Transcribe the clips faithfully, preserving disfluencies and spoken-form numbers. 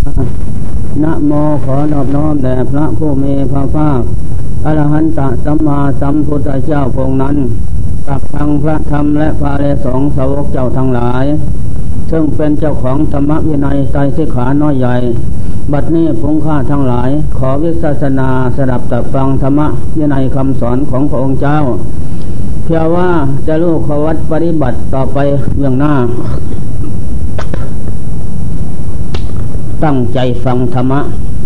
นะโมขอนอบน้อมแด่พระผู้มีพระภาคอรหันตสัมมาสัมพุทธเจ้าพระองค์นั้นกับทั้งพระธรรมและพระอริยสงฆ์สาวกเจ้าทั้งหลายซึ่งเป็นเจ้าของธรรมวินัยไตรสิกขาน้อยใหญ่บัดนี้พงข้าทั้งหลายขอวิสัชนาสดับตับฟังธรรมวินัยคำสอนของพระองค์เจ้าเพื่อว่าจะรู้ขวัตปฏิบัติต่อไปเบื้องหน้าตั้งใจฟังธรรมะ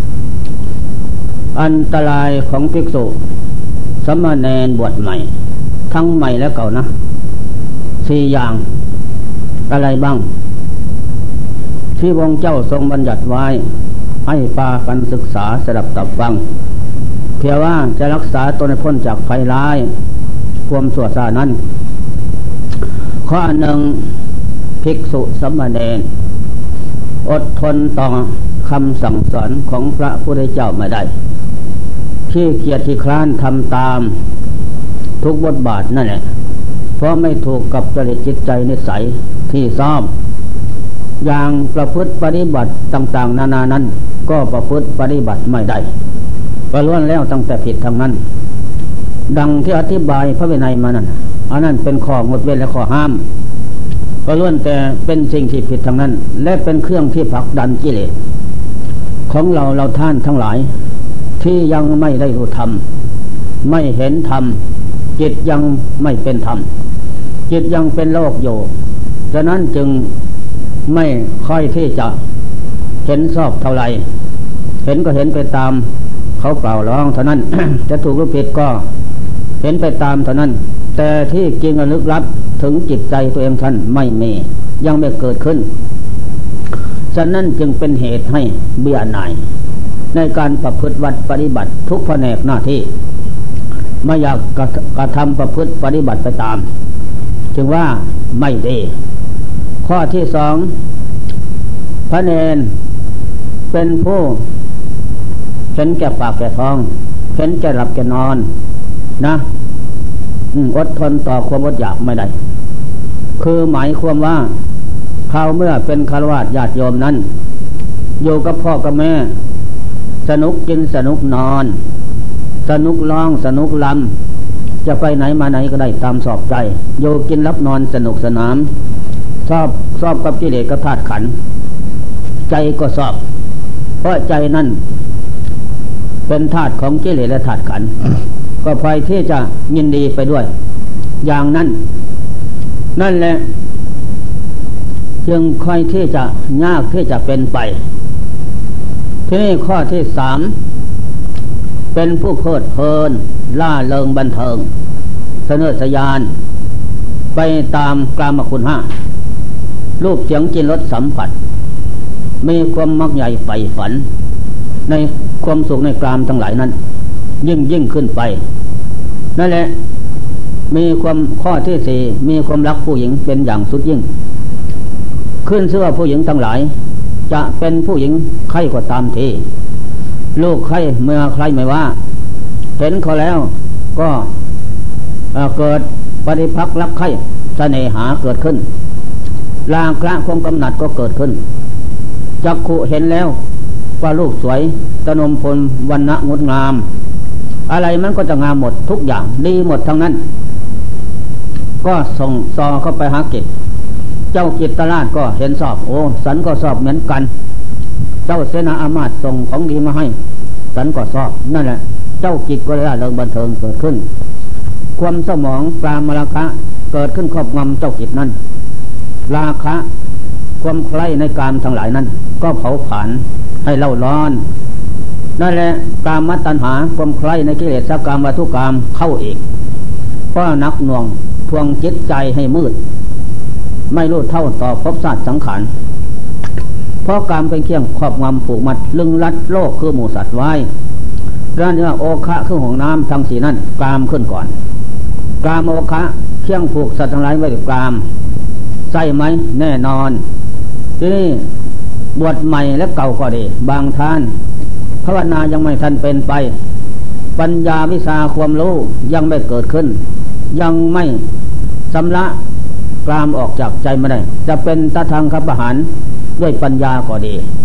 อันตรายของภิกษุสามเณรบวชใหม่ทั้งใหม่และเก่านะสี่อย่างอะไรบ้างที่พระองค์เจ้าทรงบัญญัติไว้ให้พากันศึกษาสดับตับฟังเพื่อว่าจะรักษาตนให้พ้นจากภัยร้ายความชั่วซานั้นข้อหนึ่งภิกษุสามเณรอดทนต่อคำสั่งสอนของพระพุทธเจ้าไม่ได้ขี้เกียจขี้คลานทำตามทุกบทบาทนั่นแหละเพราะไม่ถูกกับจริตจิตใจนิสัยที่ชอบอย่างประพฤติปฏิบัติต่างๆนานานั้นก็ประพฤติปฏิบัติไม่ได้ก็ล้วนแล้วตั้งแต่ผิดทั้งนั้นดังที่อธิบายพระวินัยมานั่นอันนั้นเป็นข้องดเว้นและข้อห้ามก็ล้วนแต่เป็นสิ่งที่ผิดทั้งนั้นและเป็นเครื่องที่ผลักดันกิเลสของเราเราท่านทั้งหลายที่ยังไม่ได้รู้ธรรมไม่เห็นธรรมจิตยังไม่เป็นธรรมจิตยังเป็นโลกอยู่ฉะนั้นจึงไม่ค่อยที่จะเห็นชอบเท่าไหร่เห็นก็เห็นไปตามเขาเปล่าร้องเท่านั้น จะถูกหรือผิดก็เห็นไปตามเท่านั้นแต่ที่จริงลึกลับถึงจิตใจตัวเองท่านไม่มียังไม่เกิดขึ้นฉะนั้นจึงเป็นเหตุให้เบื่อหน่ายในการประพฤติวัดปฏิบัติทุกแผนกหน้าที่ไม่อยากกระทำประพฤติปฏิบัติไปตามจึงว่าไม่ดีข้อที่สองพระเณรเป็นผู้เห็นแก่ปากแก่ท้องเห็นแก่หลับแก่นอนนะอดทนต่อความอดอยากไม่ได้คือหมายความว่าเขาเมื่อเป็นฆราวาสญาติโยมนั้นอยู่กับพ่อกับแม่สนุกกินสนุกนอนสนุกร้องสนุกลำจะไปไหนมาไหนก็ได้ตามสอบใจอยู่กินรับนอนสนุกสนานชอบชอบกับกิเลสกับธาตุขันธ์ใจก็ชอบเพราะใจนั่นเป็นธาตุของกิเลสและธาตุขันธ์ก็พลอยที่จะยินดีไปด้วยอย่างนั้นนั่นแหละจึงค่อยที่จะยากที่จะเป็นไปทีนี้ข้อที่สามเป็นผู้เพลิดเพลินล่าเริงบันเทิงเสนอสยานไปตามกามคุณห้ารูปเสียงกลิ่นรสสัมผัสมีความมักใหญ่ใฝ่ฝันในความสุขในกามทั้งหลายนั้นยิ่งยิ่งขึ้นไปนั่นแหละมีความข้อที่สี่มีความรักผู้หญิงเป็นอย่างสุดยิ่งขึ้นเสื้อผู้หญิงทั้งหลายจะเป็นผู้หญิงใครก็ตามทีลูกใครเมื่อใครไม่ว่าเห็นเขาแล้วก็เกิดปฏิภักษ์รักใครเสน่หาเกิดขึ้นลางคละความกำหนัดก็เกิดขึ้นจักขุเห็นแล้วว่าลูกสวยตะนมพลวรรณะงดงามอะไรมันก็จะงามหมดทุกอย่างดีหมดทั้งนั้นก็ส่งซอเข้าไปหากิจเจ้ากิจตลาดก็เห็นสอบโอ้สันก็สอบเหมือนกันเจ้าเสนาอามาตย์ส่งของดีมาให้สันก็สอบนั่นแหละเจ้ากิจก็ได้เริงบันเทิงเกิดขึ้นความสมองปรามราคะเกิดขึ้นครอบงำเจ้ากิจนั้นราคะความใคร่ในกามทั้งหลายนั้นก็เผาผลาญให้เล่าร้อนนั่นแหละกามตัณหาความใคร่ในกิเลสกามวัตถุกรรมเข้าอีกก็นักหน่วงทวงจิตใจให้มืดไม่รู้เท่าต่อภพชาติสังขารเพราะกามเป็นเครื่องครอบงำผูกมัดลึงลัดโลกคือหมู่สัตว์ไว้ด้านนี้ว่าโอคะคือห่วงน้ำทั้งสี่นั้นกามขึ้นก่อนกามโอคะเครื่องผูกสัตว์ทั้งหลายไว้ด้วยกามใช่ไหมแน่นอนที่นี่บวชใหม่และเก่าก็ดีบางท่านภาวนายังไม่ทันเป็นไปปัญญาวิชาความรู้ยังไม่เกิดขึ้นยังไม่ชำระกามออกจากใจไม่ได้จะเป็นตะทางคับประหารด้วยปัญญาก็ดี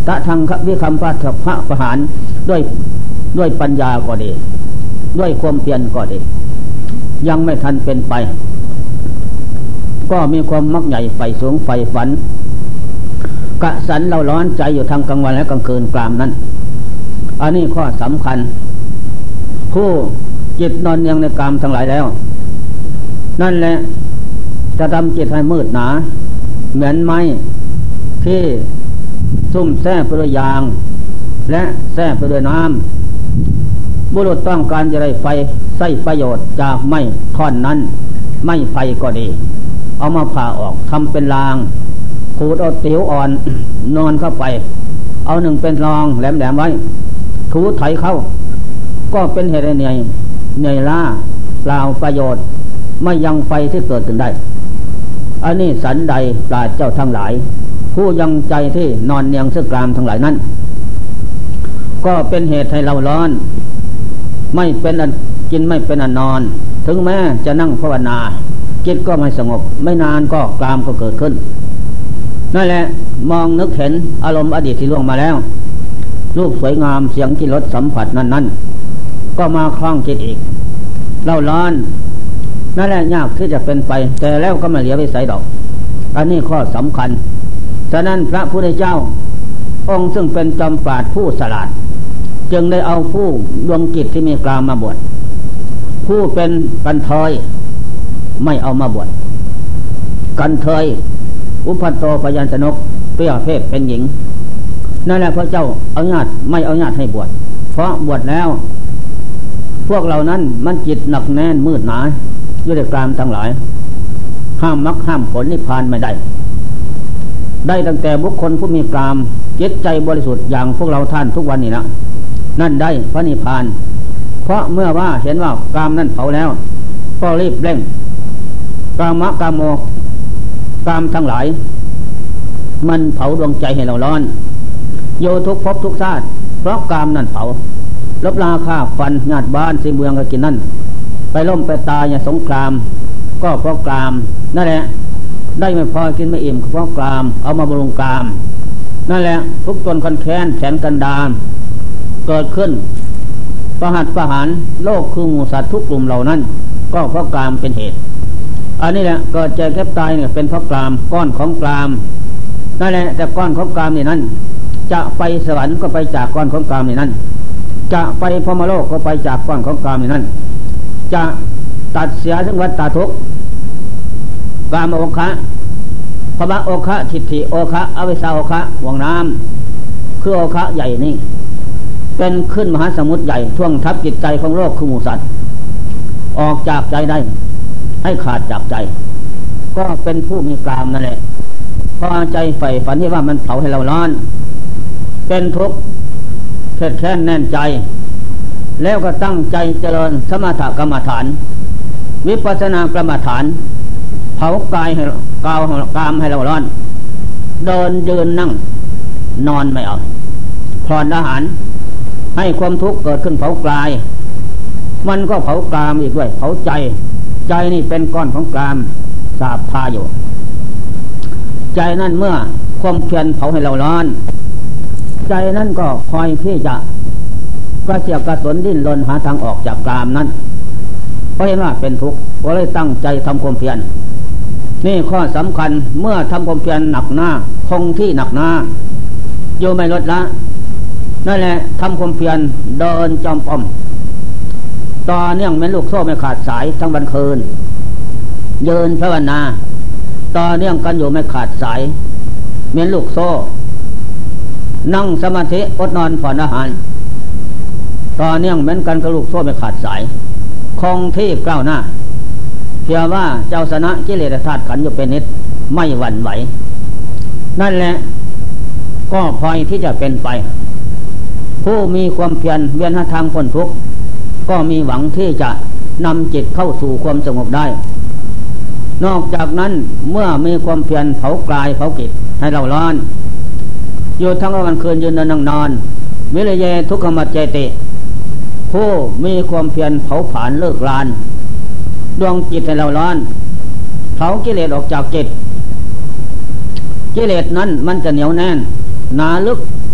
ตะทังวิคัมพะพระประหารด้วยด้วยปัญญาก็ดีด้วยความเพียรก็ดียังไม่ทันเป็นไปก็มีความมักใหญ่ไฟสูงไฟฝันกะสันเราร้อนใจอยู่ทางกลางวันและกลางคืนกลามนั้นอันนี้ข้อสำคัญผู้จิตนอนยังในกามทั้งหลายแล้วนั่นแหละจะทำจิตให้มืดหนาเหมือนไม้ที่ซุ่มแซ่ไปด้วยยางและแซ่ไปด้วยน้ำบุรุษต้องการจะได้ไฟใช้ประโยชน์จากไม้ท่อนนั้นไม้ไฟก็ดีเอามาผ่าออกทำเป็นรางขูดเอาติ๋วอ่อนนอนเข้าไปเอาหนึ่งเป็นรองแหลมๆไว้ถูไถเข้าก็เป็นเหตุให้เหนื่อยเหนื่อยล้าเปล่าประโยชน์ไม่ยังไฟที่เกิดขึ้นได้อันนี้สันใดปราชญ์เจ้าทั้งหลายผู้ยังใจที่นอนเนียงซึ่งกรามทั้งหลายนั้นก็เป็นเหตุให้เราร้อนไม่เป็นอันกินไม่เป็นอันนอนถึงแม้จะนั่งภาวนาจิตก็ไม่สงบไม่นานก็กรามก็เกิดขึ้นนั่นแหละมองนึกเห็นอารมณ์อดีตที่ล่วงมาแล้วรูปสวยงามเสียงกินรสสัมผัสนั้นนั้นก็มาคล้องจิตอีกเล่าร้อนนั่นแหละยากที่จะเป็นไปแต่แล้วก็ไม่เหลือวิสัยดอกอันนี้ข้อสำคัญฉะนั้นพระพุทธเจ้าองค์ซึ่งเป็นจอมปราชญ์ผู้ฉลาดจึงได้เอาผู้ดวงจิตที่มีกามมาบวชผู้เป็นกันเทยไม่เอามาบวชกันเทยอุปัตโตพยัญชนกเปรี้ยเพศเป็นหญิงนั่นแหละพระเจ้าเอาญาติไม่เอาญาติให้บวชเพราะบวชแล้วพวกเรานั้นมันจิตหนักแน่นมืดหนาด้วยกามทั้งหลายห้ามมรรคห้ามผลนิพพานไม่ได้ได้ตั้งแต่บุคคลผู้มีกามจิตใจบริสุทธิ์อย่างพวกเราท่านทุกวันนี้นะนั่นได้พระนิพพานเพราะเมื่อว่าเห็นว่ากามนั้นเผาแล้วก็รีบเร่งกามะกามโมกามทั้งหลายมันเผาดวงใจให้เราร้อนโยทุกภพทุกชาติเพราะกามนั่นเผาลบลาฆ่าฟันญาติบ้านสิเมืองก็กินนั่นไปล้มไปตายอย่างสงครามก็เพราะกามนั่นแหละได้ไม่พอกินไม่อิ่มเพราะกามเอามาบำรุงกามนั่นแหละทุกตนคนแค้นแสนกันดารเกิดขึ้นประหัตประหารโลกคือหมู่สัตว์ทุกกลุ่มเหล่านั้นก็เพราะกามเป็นเหตุอันนี้แหละเกิดเจ็บแคบตายเนี่ยเป็นเพราะกามก้อนของกามนั่นแหละแต่ก้อนของกามนี่นั้นจะไปสวรรค์ก็ไปจากก้อนของกามนี่นั้นจะไปพรหมโลกก็ไปจากก้อนของกามนี่นั้นจะตัดเสียทั้งวัฏฏะทุกข์กามโอคะภวะโอคะทิฏฐิโอคะอวิชชาโอคะห่วงน้ำคือโอคะใหญ่นี่เป็นขึ้นมหาสมุทรใหญ่ท่วงทับจิตใจของโลกคือหมู่สัตว์ออกจากใจได้ให้ขาดจากใจก็เป็นผู้มีกามนั่นแหละพอใจใฝ่ฝันที่ว่ามันเผาให้เราร้อนเป็นทุกข์เครียดแค้นแน่นใจแล้วก็ตั้งใจเจริญสมถกรรมฐานวิปัสสนากรรมฐานเผากายให้กาวกามให้เราร้อนเดินยืนนั่งนอนไม่เอาพรอาหารให้ความทุกข์เกิดขึ้นเผากายมันก็เผากามอีกด้วยเผาใจใจนี่เป็นก้อนของกามสาบพาอยู่ใจนั่นเมื่อความเพียรเผาให้เราร้อนใจนั่นก็คอยที่จะกระเสียกกระสนดิ้นรนหาทางออกจากกามนั้นเพราะเห็นว่าเป็นทุกข์ก็เลยตั้งใจทำความเพียรนี่ข้อสำคัญเมื่อทำความเพียรหนักหน้าคงที่หนักหน้าโยไม่ลดละนั่นแหละทำความเพียรเดินจอมปอมต่อเนื่องเป็นลูกโซ่ไม่ขาดสายทั้งวันคืนยืนภาวนาต่อเนื่องกันอยู่ไม่ขาดสายเหมือนลูกโซ่นั่งสมาธิอดนอนผ่อนอาหารต่อเนื่องเหมือนกันกับลูกโซ่ไม่ขาดสายคงที่ก้าวหน้าเพียงว่าเจ้าชนะกิเลสธาตุขันธ์อยู่เป็นนิดไม่หวั่นไหวนั่นแหละก็พลอยที่จะเป็นไปผู้มีความเพียรเวียนหาทางพ้นทุกข์ก็มีหวังที่จะนำจิตเข้าสู่ความสงบได้นอกจากนั้นเมื่อมีความเพียรเผากายเผาจิตให้เราร้อนอยู่ทั้งวันคืนยืนเดินนั่งนอนวิริยะทุกขมัจเจติผู้มีความเพียรเผาผลาญเลิกลานดวงจิตให้เราร้อนเผากิเลสออกจากจิตกิเลสนั้นมันจะเหนียวแน่นหนาลึก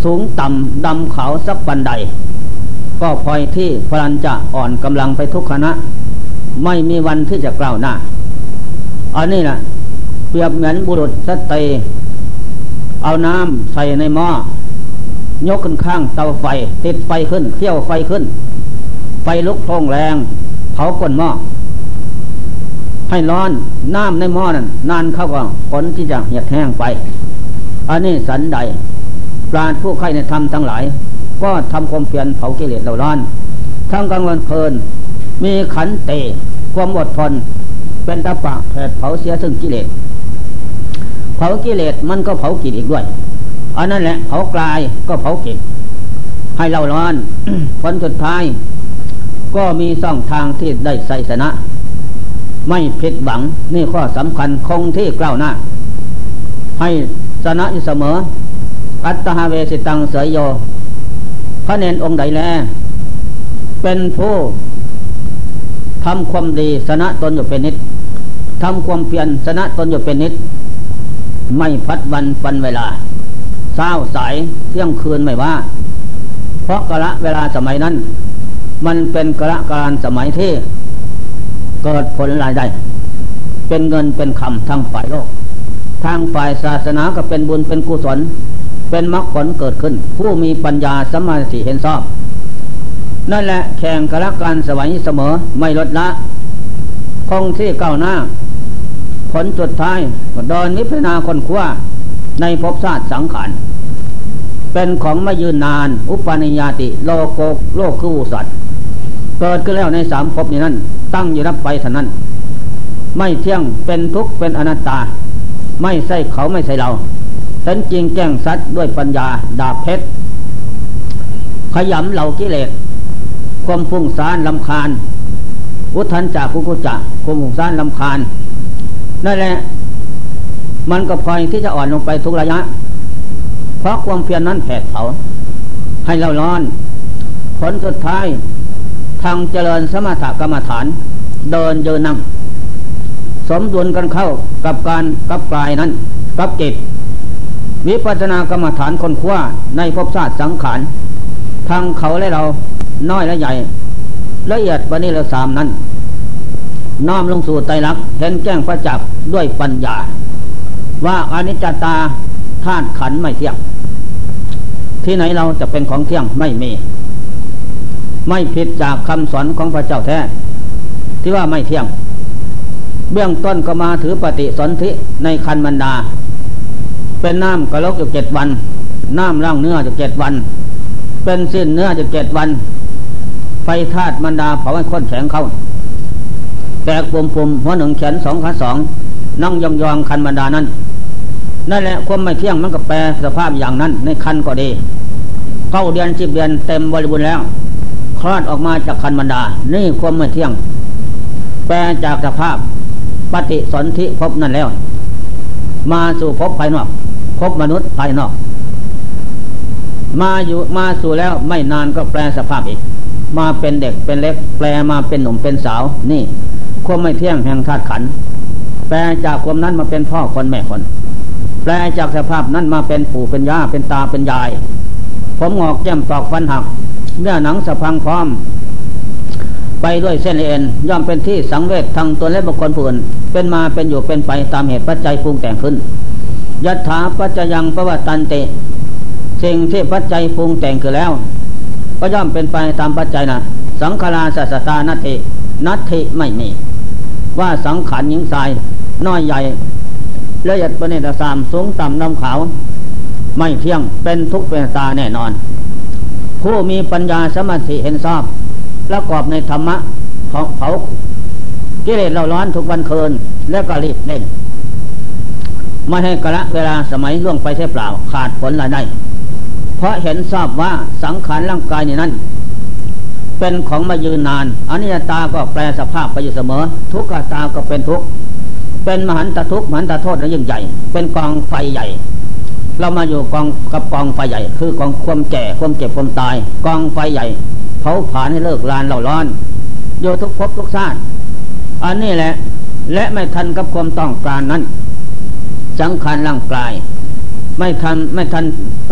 สูงต่ำดำขาวสักปันใดก็พลอยที่พลันจะอ่อนกำลังไปทุกขณะไม่มีวันที่จะกล่าวหน้าอันนี้นะเปรียบเหมือนบุรุษสตรีเอาน้ำใส่ในหม้อยกขึ้นข้างเตาไฟติดไฟขึ้นเขี่ยวไฟขึ้นไฟลุกโผงแรงเผาก้นหม้อให้ร้อนน้ำในหม้อนั้นนานเข้าก็ผลที่จะเหี่ยวแห้งไปอันนี้สันใดปราชญ์ผู้ใคร่ในธรรมทั้งหลายก็ทำความเพียรเผากิเลสเหล่านั้นทั้งกลางวันเพลินมีขันติความอดทนเป็นตะปะแผดเผาเสียซึ่งกิเลสเผากิเลสมันก็เผาจิตอีกด้วยอันนั้นแหละเผากายก็เผาจิตให้เราร้อน ผลสุดท้ายก็มีช่องทางที่ได้ไสชนะไม่ผิดหวังนี่ข้อสำคัญคงที่กล่าวหน้าให้ชนะอยู่เสมออัตตหาเวสิตังเสยโยพระเนนองค์ใดแลเป็นผู้ทำความดีชนะตนอยู่เป็นนิดทำความเพียรชนะตนอยู่เป็นนิดไม่พัดวันปันเวลาเช้าสายเที่ยงคืนไม่ว่าเพราะกะละเวลาสมัยนั้นมันเป็นกะละการสมัยที่เกิดผลรายได้เป็นเงินเป็นคำทางฝ่ายโลกทางฝ่ายศาสนาก็เป็นบุญเป็นกุศลเป็นมรรคผลเกิดขึ้นผู้มีปัญญาสัมมาสติเห็นชอบนั่นแหละแข่งกะละการสมัยเสมอไม่ลดละคงที่ก้าวหน้าผลสุดท้ายเดินวิปัสสนาคนคว้าในภพชาติสังขารเป็นของไม่ยืนนานอุปนิยาติโลโกโลกคือสัตว์เกิดขึ้นแล้วในสามภพนี้นั้นตั้งอยู่รับไปเท่านั้นไม่เที่ยงเป็นทุกข์เป็นอนัตตาไม่ใช่เขาไม่ใช่เราเป็นจริงแจ้งสัตว์ด้วยปัญญาดาบเพชรขยำเหล่ากิเลสความฟุ้งซ่านลำคาญอุทธันจากกุกุจักความฟุ้งซ่านลำคาญนั่นแหละมันก็พลอยที่จะอ่อนลงไปทุกระยะเพราะความเพียรนั้นแผดเผาให้เราร้อนผลสุดท้ายทางเจริญสมถกรรมฐานเดินเดินนั่งสมดุลกันเข้ากับการกับกายนั้นกับจิตวิปัสสนากรรมฐานคนคว้าในภพชาติสังขารทางเขาและเราน้อยและใหญ่ละเอียดปานนี้ละสามนั้นน้อมลงสู่ไตรลักษณ์เห็นแจ้งประจักษ์ด้วยปัญญาว่าอนิจจตาธาตุขันธ์ไม่เที่ยงที่ไหนเราจะเป็นของเที่ยงไม่มีไม่ผิดจากคำสอนของพระเจ้าแท้ที่ว่าไม่เที่ยงเบื้องต้นก็มาถือปฏิสนธิในคันมารดาเป็นน้ำกระลกอยู่เจ็ดวันน้ำร่างเนื้ออยู่เจ็ดวันเป็นสิ้นเนื้ออยู่เจ็ดวันไฟธาตุมารดาเผาให้ข้นแข็งเข้าแตกปุ่มๆหัวหนึ่งแขนสองขาสองนั่งยองยองคันมารดานั้นนั่นแหละความไม่เที่ยงมันก็แปลสภาพอย่างนั้นในคันก็ดีเก้าเดือนสิบเดือนเต็มบริบูรณ์แล้วคลอดออกมาจากคันมารดานี่ความไม่เที่ยงแปลจากสภาพปฏิสนธิภพนั่นแล้วมาสู่ภพภายนอกภพมนุษย์ภายนอกมาอยู่มาสู่แล้วไม่นานก็แปลสภาพอีกมาเป็นเด็กเป็นเล็กแปลมาเป็นหนุ่มเป็นสาวนี่ความไม่เที่ยงแห่งธาตุขันธ์แปลจากความนั้นมาเป็นพ่อคนแม่คนแปลจากสภาพนั้นมาเป็นปู่เป็นย่าเป็นตาเป็นยายผมงอกแก้มตอกฟันหักเนื้อหนังสะพังพร้อมไปด้วยเส้นเอ็นย่อมเป็นที่สังเวชทางตนและบุคคลผู้อื่นเป็นมาเป็นอยู่เป็นไปตามเหตุปัจจัยปรุงแต่งขึ้นยัตถาปัจจยังปวัตตันติสิ่งที่ปัจจัยปรุงแต่งขึ้นแล้วก็ย่อมเป็นไปตามปัจจัยนะสังขาราสัสตานัตถินัตถิไม่มีว่าสังขารหญิงชายน้อยใหญ่ละเอียดประณีตสามสูงต่ำดำขาวไม่เที่ยงเป็นทุกข์เป็นตาแน่นอนผู้มีปัญญาสมาธิเห็นชอบประกอบในธรรมะของเขากิเลสเราร้อนทุกวันคืนแล้วก็รีบเร่งไม่ให้กะละเวลาสมัยล่วงไปใช่เปล่าขาดผลรายได้เพราะเห็นทราบว่าสังขารร่างกายนี้นั้นเป็นของมายืนนานอนิจจตาก็แปลสภาพไปอยู่เสมอทุกขตาก็เป็นทุกข์เป็นมหันตทุกข์มหันตโทษและยิ่งใหญ่เป็นกองไฟใหญ่เรามาอยู่กองกับกองไฟใหญ่คือกองความแก่ความเจ็บความตายกองไฟใหญ่เผาผลาญให้เลิกลานเราร้อนโยทุกภพทุกชาติอันนี้แหละและไม่ทันกับความต้องการนั้นสังขารร่างกายไม่ทันไม่ทัน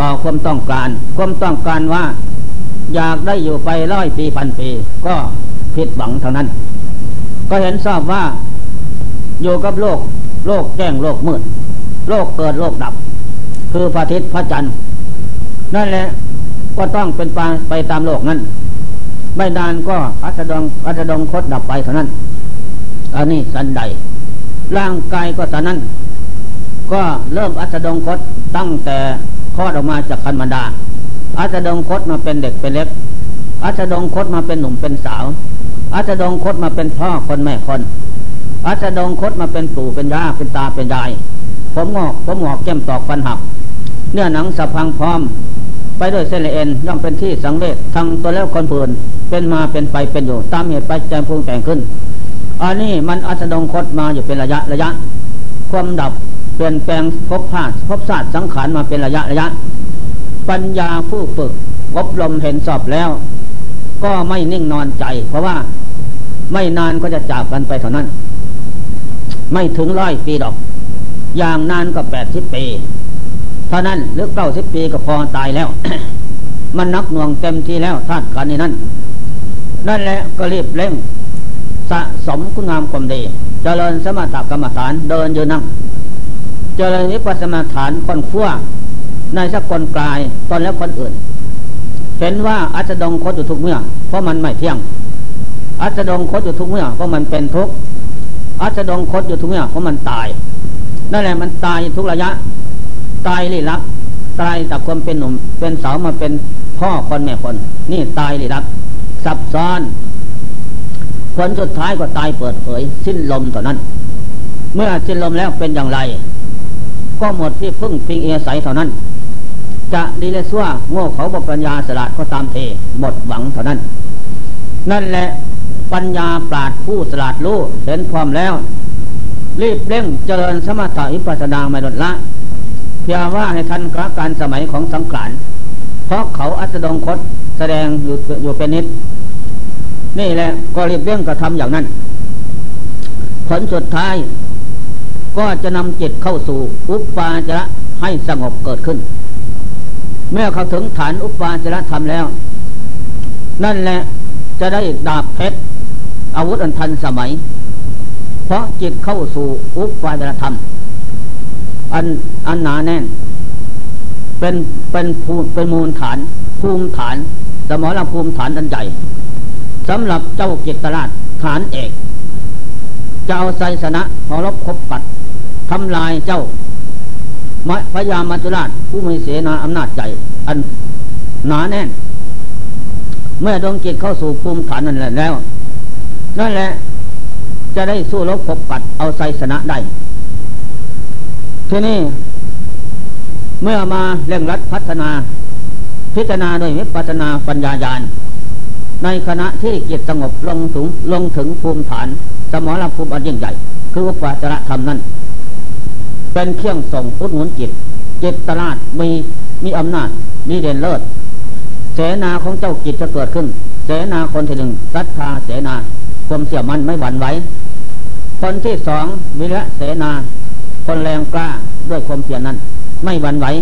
ต่อความต้องการความต้องการว่าอยากได้อยู่ไปร้อยปีพันปีก็ผิดหวังเท่านั้นก็เห็นทราบว่าอยู่กับโลกโลกแจ้งโลกมืดโลกเกิดโลกดับคือพระอาทิตย์พระจันทร์นั่นแหละก็ต้องเป็นไปไปตามโลกนั้นไม่นานก็อัสดงอัสดงคตดับไปเท่านั้นอันนี้สันใดร่างกายก็เท่านั้นก็เริ่มอัสดงคตตั้งแต่คลอดออกมาจากคันมารดาอัสดงคตมาเป็นเด็กเป็นเล็กอัสดงคตมาเป็นหนุ่มเป็นสาวอัสดงคตมาเป็นพ่อคนแม่คนอัสดงคตมาเป็นปู่เป็นย่าเป็นตาเป็นยายผมงอกผมหงอกแก้มตอกฟันหักเนื้อหนังสะพังพร้อมไปด้วยเส้นเอ็นย่อมเป็นที่สังเวชทั้งตัวแล้วคนผื่นเป็นมาเป็นไปเป็นอยู่ตามเหตุปัจจัยปรุงแต่งขึ้นอันนี้มันอัสดงคตมาอยู่เป็นระยะระยะความดับเปลี่ยนแปลงภพชาติภพชาติสังขารมาเป็นระยะระยะปัญญาผู้ฝึกอบรมเห็นสอบแล้วก็ไม่นิ่งนอนใจเพราะว่าไม่นานก็จะจากกันไปเท่านั้นไม่ถึงร้อยปีดอกอย่างนานก็แปดสิบปีเท่านั้นหรือเก้าสิบปีก็พอตายแล้ว มันนักหน่วงเต็มที่แล้วธาตุขันธ์นี้นั่นนั่นแหละก็รีบเร่งสะสมคุณงามความดีเจริญสมถกรรมฐานเดินยืนนั่งเจริญวิปัสสนาฐานค้นคว้าในสักคนกลายตอนแล้วคนอื่นเห็นว่าอัจดงคตอยู่ทุกเมื่อเพราะมันไม่เที่ยงอัจดงคตอยู่ทุกเมื่อเพราะมันเป็นทุกข์อัจดงคตอยู่ทุกเมื่อเพราะมันตายนั่นแหละมันตายทุกระยะตายลี้ลับตายจากความเป็นหนุ่มเป็นสาวมาเป็นพ่อคนแม่คนนี่ตายลี้ลับซับซ้อนผลสุดท้ายก็ตายเปิดเผยสิ้นลมเท่านั้นเมื่อสิ้นลมแล้วเป็นอย่างไรก็หมดที่พึ่งพิงอาศัยเท่านั้นจะดีและชั่วโง่เขาบปัญญาสลัดก็ตามเทหมดหวังเท่านั้นนั่นแหละปัญญาปราดผู้สลัดรู้เห็นพร้อมแล้วรีบเร่งเจริญสมถะวิปัสสนาไม่ลดละเพียงว่าให้ทันกับการสมัยของสังขารเพราะเขาอัสดงคตแสดงอยู่อยู่เป็นนิดนี่แหละก็รีบเร่งกระทำอย่างนั้นผลสุดท้ายก็จะนำจิตเข้าสู่อุปปาจระให้สงบเกิดขึ้นเมื่อเขาถึงฐานอุปปาจระธรรมแล้วนั่นแหละจะได้ดาบเพชรอาวุธอันทันสมัยเพราะจิตเข้าสู่อุปปาจระธรรมอันอันหนาแน่นเป็นเป็นภูเป็นมูลฐานภูมิฐานสมรภูมิฐานอันใหญ่สำหรับเจ้ากิตตราชฐานเอกจะเอาไสสนะหอรบคบปัดทำลายเจ้าพญามัจจุราชผู้มีเสนาอำนาจใหญ่อันหนาแน่นเมื่อดวงจิตเข้าสู่ภูมิฐานนั้นแล้วนั่นแหละจะได้สู้รบคบปัดเอาไสสนะได้ทีนี้เมื่อมาเร่งรัดพัฒนาพิจารณาโดยวิปัสสนาปัญญาญาณในขณะที่จิตสงบลงถึงลงถึงภูมิฐานสมรภูมิอันยิ่งใหญ่คืออุปปาจระธรรมนั้นเป็นเครื่องส่งอุดหนุนจิตจิตตราชมีมีอำนาจมีเด่นเลิศเสนาของเจ้าจิตจะเกิดขึ้นเสนาคนที่หนึ่งศรัทธาเสนาความเสื่อมั่นไม่หวั่นไหวคนที่สองวิริยะเสนาคนแรงกล้าด้วยความเพียรนั้นไม่หวั่นไหว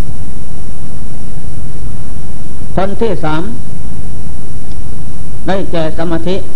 คนที่สามได้แก่สมาธิ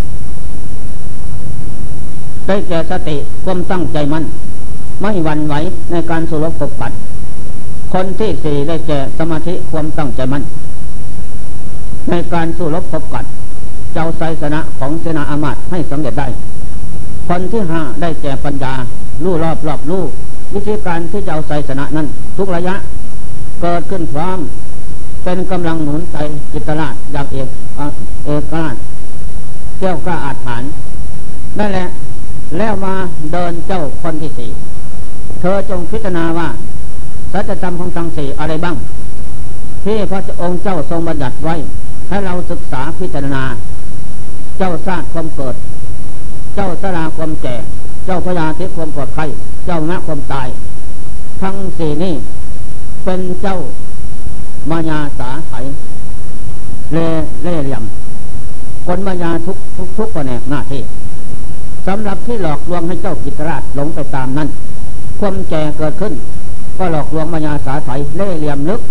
ได้แก่สติความตั้งใจมั่นไม่หวั่นไหวในการสู้รบปกปัดคนที่สี่ได้แก่สมาธิความตั้งใจมั่นในการสู้รบปกปัดเจ้าไสสนะของเสนาอามาตย์ให้สำเร็จได้คนที่ห้าได้แก่ปัญญารู้รอบรอบรู้วิธีการที่จะเอาไสสนะนั้นทุกระยะเกิดขึ้นพร้อมเป็นกำลังหนุนใจจิตตราชอย่างเอกเอกราชแก้วกล้าอาถรรพ์นั่นแหละแล้วมาเดินเจ้าคนที่สี่เธอจงพิจารณาว่าสัจธรรมของทั้งสี่อะไรบ้างที่พระองค์เจ้าทรงบัญญัติไว้ให้เราศึกษาพิจารณาเจ้าชาติความเกิดเจ้าชราความแก่เจ้าพยาธิความปลอดภัยเจ้ามรรคความตายทั้งสี่นี้เป็นเจ้ามายาสาไถเล่เล่เหลี่ยมคนมายาทุกทุกทุกแผนกหน้าที่สำหรับที่หลอกลวงให้เจ้ากิตตราชหลงไปตามนั้นความแก่เกิดขึ้นก็หลอกลวงมายาสาไถเล่เหลี่ยมลึก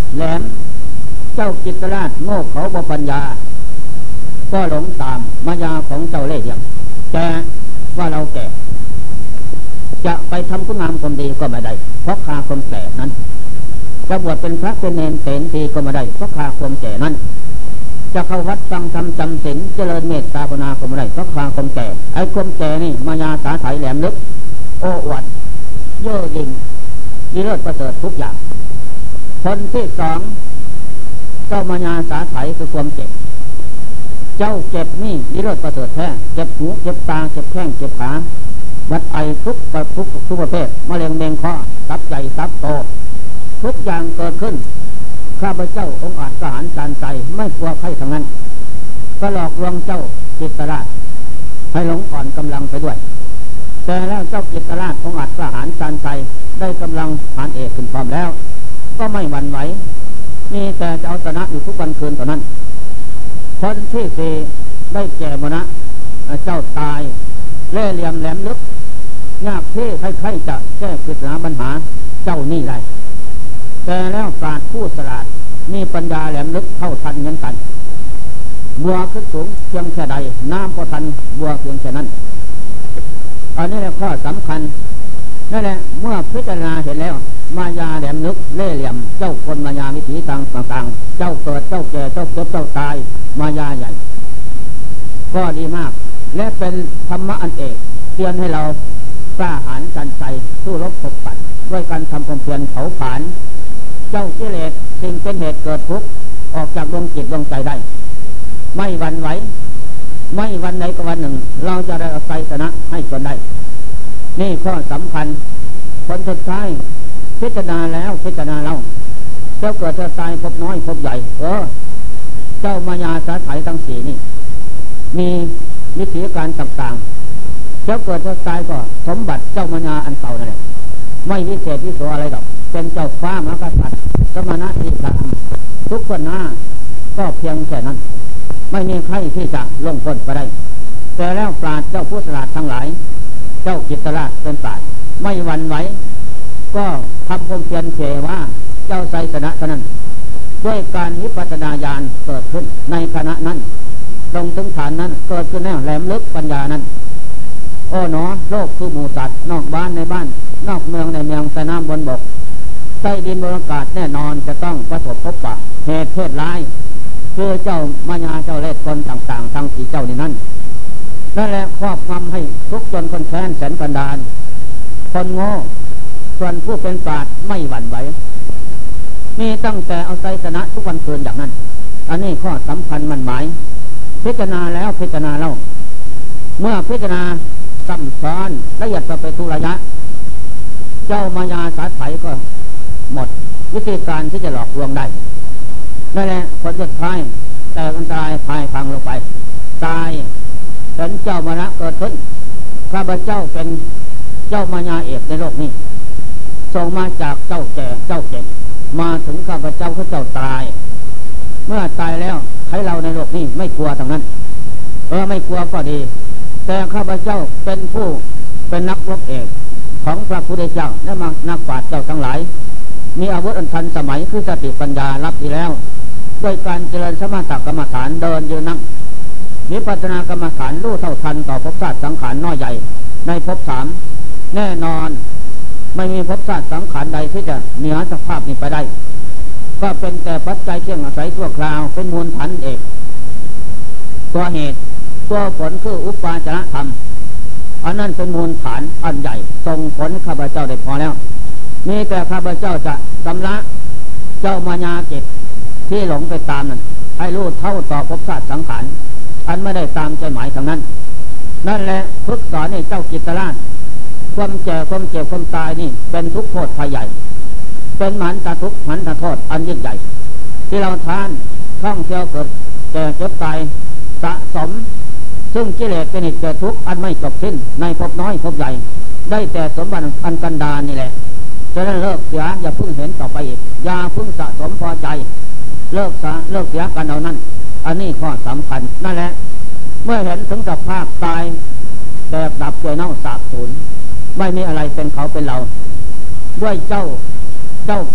แหลมเจ้ากิตติราชโง่เขาบ่ปัญญาก็หลงตามมายาของเจ้าเล่ห์เหลี่ยมแกว่าเราแก่จะไปทำคุณงามความดีก็ไม่ได้เพราะคาความแก่นั้นจะบวชเป็นพระเป็นเนรเสนทีก็ไม่ได้เพราะคาความแก่นั้นจะเข้าวัดฟังธรรมจำศีลเจริญเมตตาภาวนาก็ไม่ได้เพราะคาความแก่ไอ้ความแก่นี่มายาสาไถแหลมลึกโอ้อวดเย่อหยิ่งดีเลิศประเสริฐทุกอย่างคนที่สองเจ้ามายาสาไถคือความเจ็บเจ้าเจ็บนี่ดีเลิศประเสริฐแท้เจ็บหูเจ็บตาเจ็บแข้งเจ็บขาวัดไอทุกประทุกทุกประเภทมะเร็งเมงคอตับใหญ่ตับโตทุกอย่างเกิดขึ้นข้าพเจ้าองค์อาจทหารจานใจไม่กลัวใครทั้งนั้นก็หลอกลวงเจ้ากิตติราชให้หลงอ่อนกำลังไปด้วยแต่แล้วเจ้ากิตติราชองค์อาจทหารจานใจได้กำลังฐานเอกขึ้นพร้อมแล้วก็ไม่หวั่นไหวมีแต่จะเอาชนะอยู่ทุกวันคืนเท่านั้นคนที่สี่ได้แก่มณะเจ้าตายเล่ห์เหลี่ยมแหลมลึกยากที่ใครๆจะแก้ปริศนาปัญหาเจ้านี่ได้แต่แล้วปราชญ์ผู้ฉลาดมีปัญญาแหลมลึกเท่าทันเหมือนกันบัวขึ้นสูงเพียงแค่ใดน้ำก็ทันบัวเพียงแค่นั้นอันนี้แหละข้อสำคัญนั่นแหละเมื่อพิจารณาเห็นแล้วมายาแหลมลึกเล่ห์เหลี่ยมเจ้าคนมายาวิถีทางต่างๆเจ้าเกิดเจ้าแก่เจ้าเก็บเจ้าตายมายาใหญ่ก็ดีมากและเป็นธรรมะอันเอกเตือนให้เรากล้าหาญกันใจสู้รบปกปัดด้วยการทำความเพียรเผาผลาญเจ้ากิเลสสิ่งเป็นเหตุเกิดทุกข์ออกจากดวงจิตดวงใจได้ไม่หวั่นไหวไม่วันใดก็วันหนึ่งเราจะได้เอาใจชนะให้จนได้นี่ข้อสำคัญผลสุดท้ายพิจารณาแล้วพิจารณาเล่าเจ้าเกิดเจ้าตายพบน้อยพบใหญ่เออเจ้ามายาสาไถทั้งสี่นี่มีวิธีการต่างๆเจ้าเกิดเจ้าตายก็สมบัติเจ้ามายาอันเก่านั่นแหละไม่วิเศษวิโสอะไรดอกเป็นเจ้าฟ้ามหากษัตริย์สมณะที่สามทุกคนหน้าก็เพียงแค่นั้นไม่มีใครที่จะล่วงพ้นไปได้แต่แล้วปราชญ์เจ้าผู้ฉลาดทั้งหลายเจ้ากิตติราชเป็นปราชญ์ไม่หวั่นไหวก็ทำความเพียรเผยว่าเจ้าไสยชนะเท่านั้นด้วยการวิปัสสนาญาณเกิดขึ้นในขณะนั้นลงถึงฐานนั้นเกิดขึ้นแน่แหลมลึกปัญญานั้นโอ้หนอโลกคือหมู่สัตว์นอกบ้านในบ้านนอกเมืองในเมืองใต้น้ำบนบกใต้ดินบนอากาศแน่นอนจะต้องประสบพบปะเหตุเพศร้ายคือเจ้ามายาเจ้าเล่ห์คนต่างๆทั้งสี่เจ้านี้นั่นนั่นแหละครอบงำให้ทุกจนคนแค้นแสนกันดานคนโง่ส่วนผู้เป็นปราชญ์ไม่หวั่นไหวมีตั้งแต่เอาใจชนะทุกวันคืนอย่างนั้นอันนี้ข้อสำคัญมันหมายพิจารณาแล้วพิจารณาเล่าเมื่อพิจารณาซ้ำซ้อนละเอียดไปทุกระยะเจ้ามายาสาไถก็หมดวิธีการที่จะหลอกลวงได้นั่นแหละผลสุดท้ายแต่อันตรายภายพังลงไปตายเป็นเจ้ามรณะเกิดขึ้นข้าพเจ้าเป็นเจ้ามายาเอกในโลกนี้ส่งมาจากเจ้าแก่เจ้าเจ็บมาถึงข้าพเจ้าข้าเจ้าตายเมื่อตายแล้วใครเราในโลกนี้ไม่กลัวทั้งนั้นเออไม่กลัวก็ดีแต่ข้าพเจ้าเป็นผู้เป็นนักรบเอกของพระพุทธเจ้าและมานักปราชญ์เจ้าทั้งหลายมีอาวุธอันทันสมัยคือสติปัญญารับดีแล้วด้วยการเจริญสมถกรรมฐานเดินยืนนั่งวิปัสสนากรรมฐานรู้เท่าทันต่อภพชาติสังขารน้อยใหญ่ในภพสามแน่นอนไม่มีภพชาติสังขารใดที่จะเหนือสภาพนี้ไปได้ก็เป็นแต่ปัจจัยเที่ยงอาศัยชั่วคราวเป็นมูลฐานเอกตัวเหตุตัวผลคืออุปาจารธรรมอันนั้นเป็นมูลฐานอันใหญ่ส่งผลข้าพเจ้าได้พอแล้วมีแต่ข้าพเจ้าจะชำระเจ้ามายาเก็บที่หลงไปตามนั้นให้รู้เท่าต่อภพชาติสังขารอันไม่ได้ตามใจหมายทางนั้นนั่นแหละพึกษรให้เจ้ากิตติราชความแก่ความเจ็บความตายนี่เป็นทุกข์โทษภัยใหญ่เป็นมหันตทุกข์มหันตโทษอันยิ่งใหญ่ที่เราทานท่องเที่ยวเกิดแก่เจ็บตายสะสมซึ่งกิเลสเป็นเหตุเกิดทุกข์อันไม่จบสิ้นในภพน้อยภพใหญ่ได้แต่สมบัติอันกันดารนี่แหละจะได้เลิกเสียอย่าพึ่งเห็นต่อไปอีกอย่าพึ่งสะสมพอใจเลิกซะเลิกเสียกันเอานั่นอันนี้ข้อสำคัญนั่นแหละเมื่อเห็นถึงสภาพตายแตกดับเกลื่อนเน่าสาบสูญไม่มีอะไรเป็นเขาเป็นเราด้วยเจ้าเจ้าปราชญ์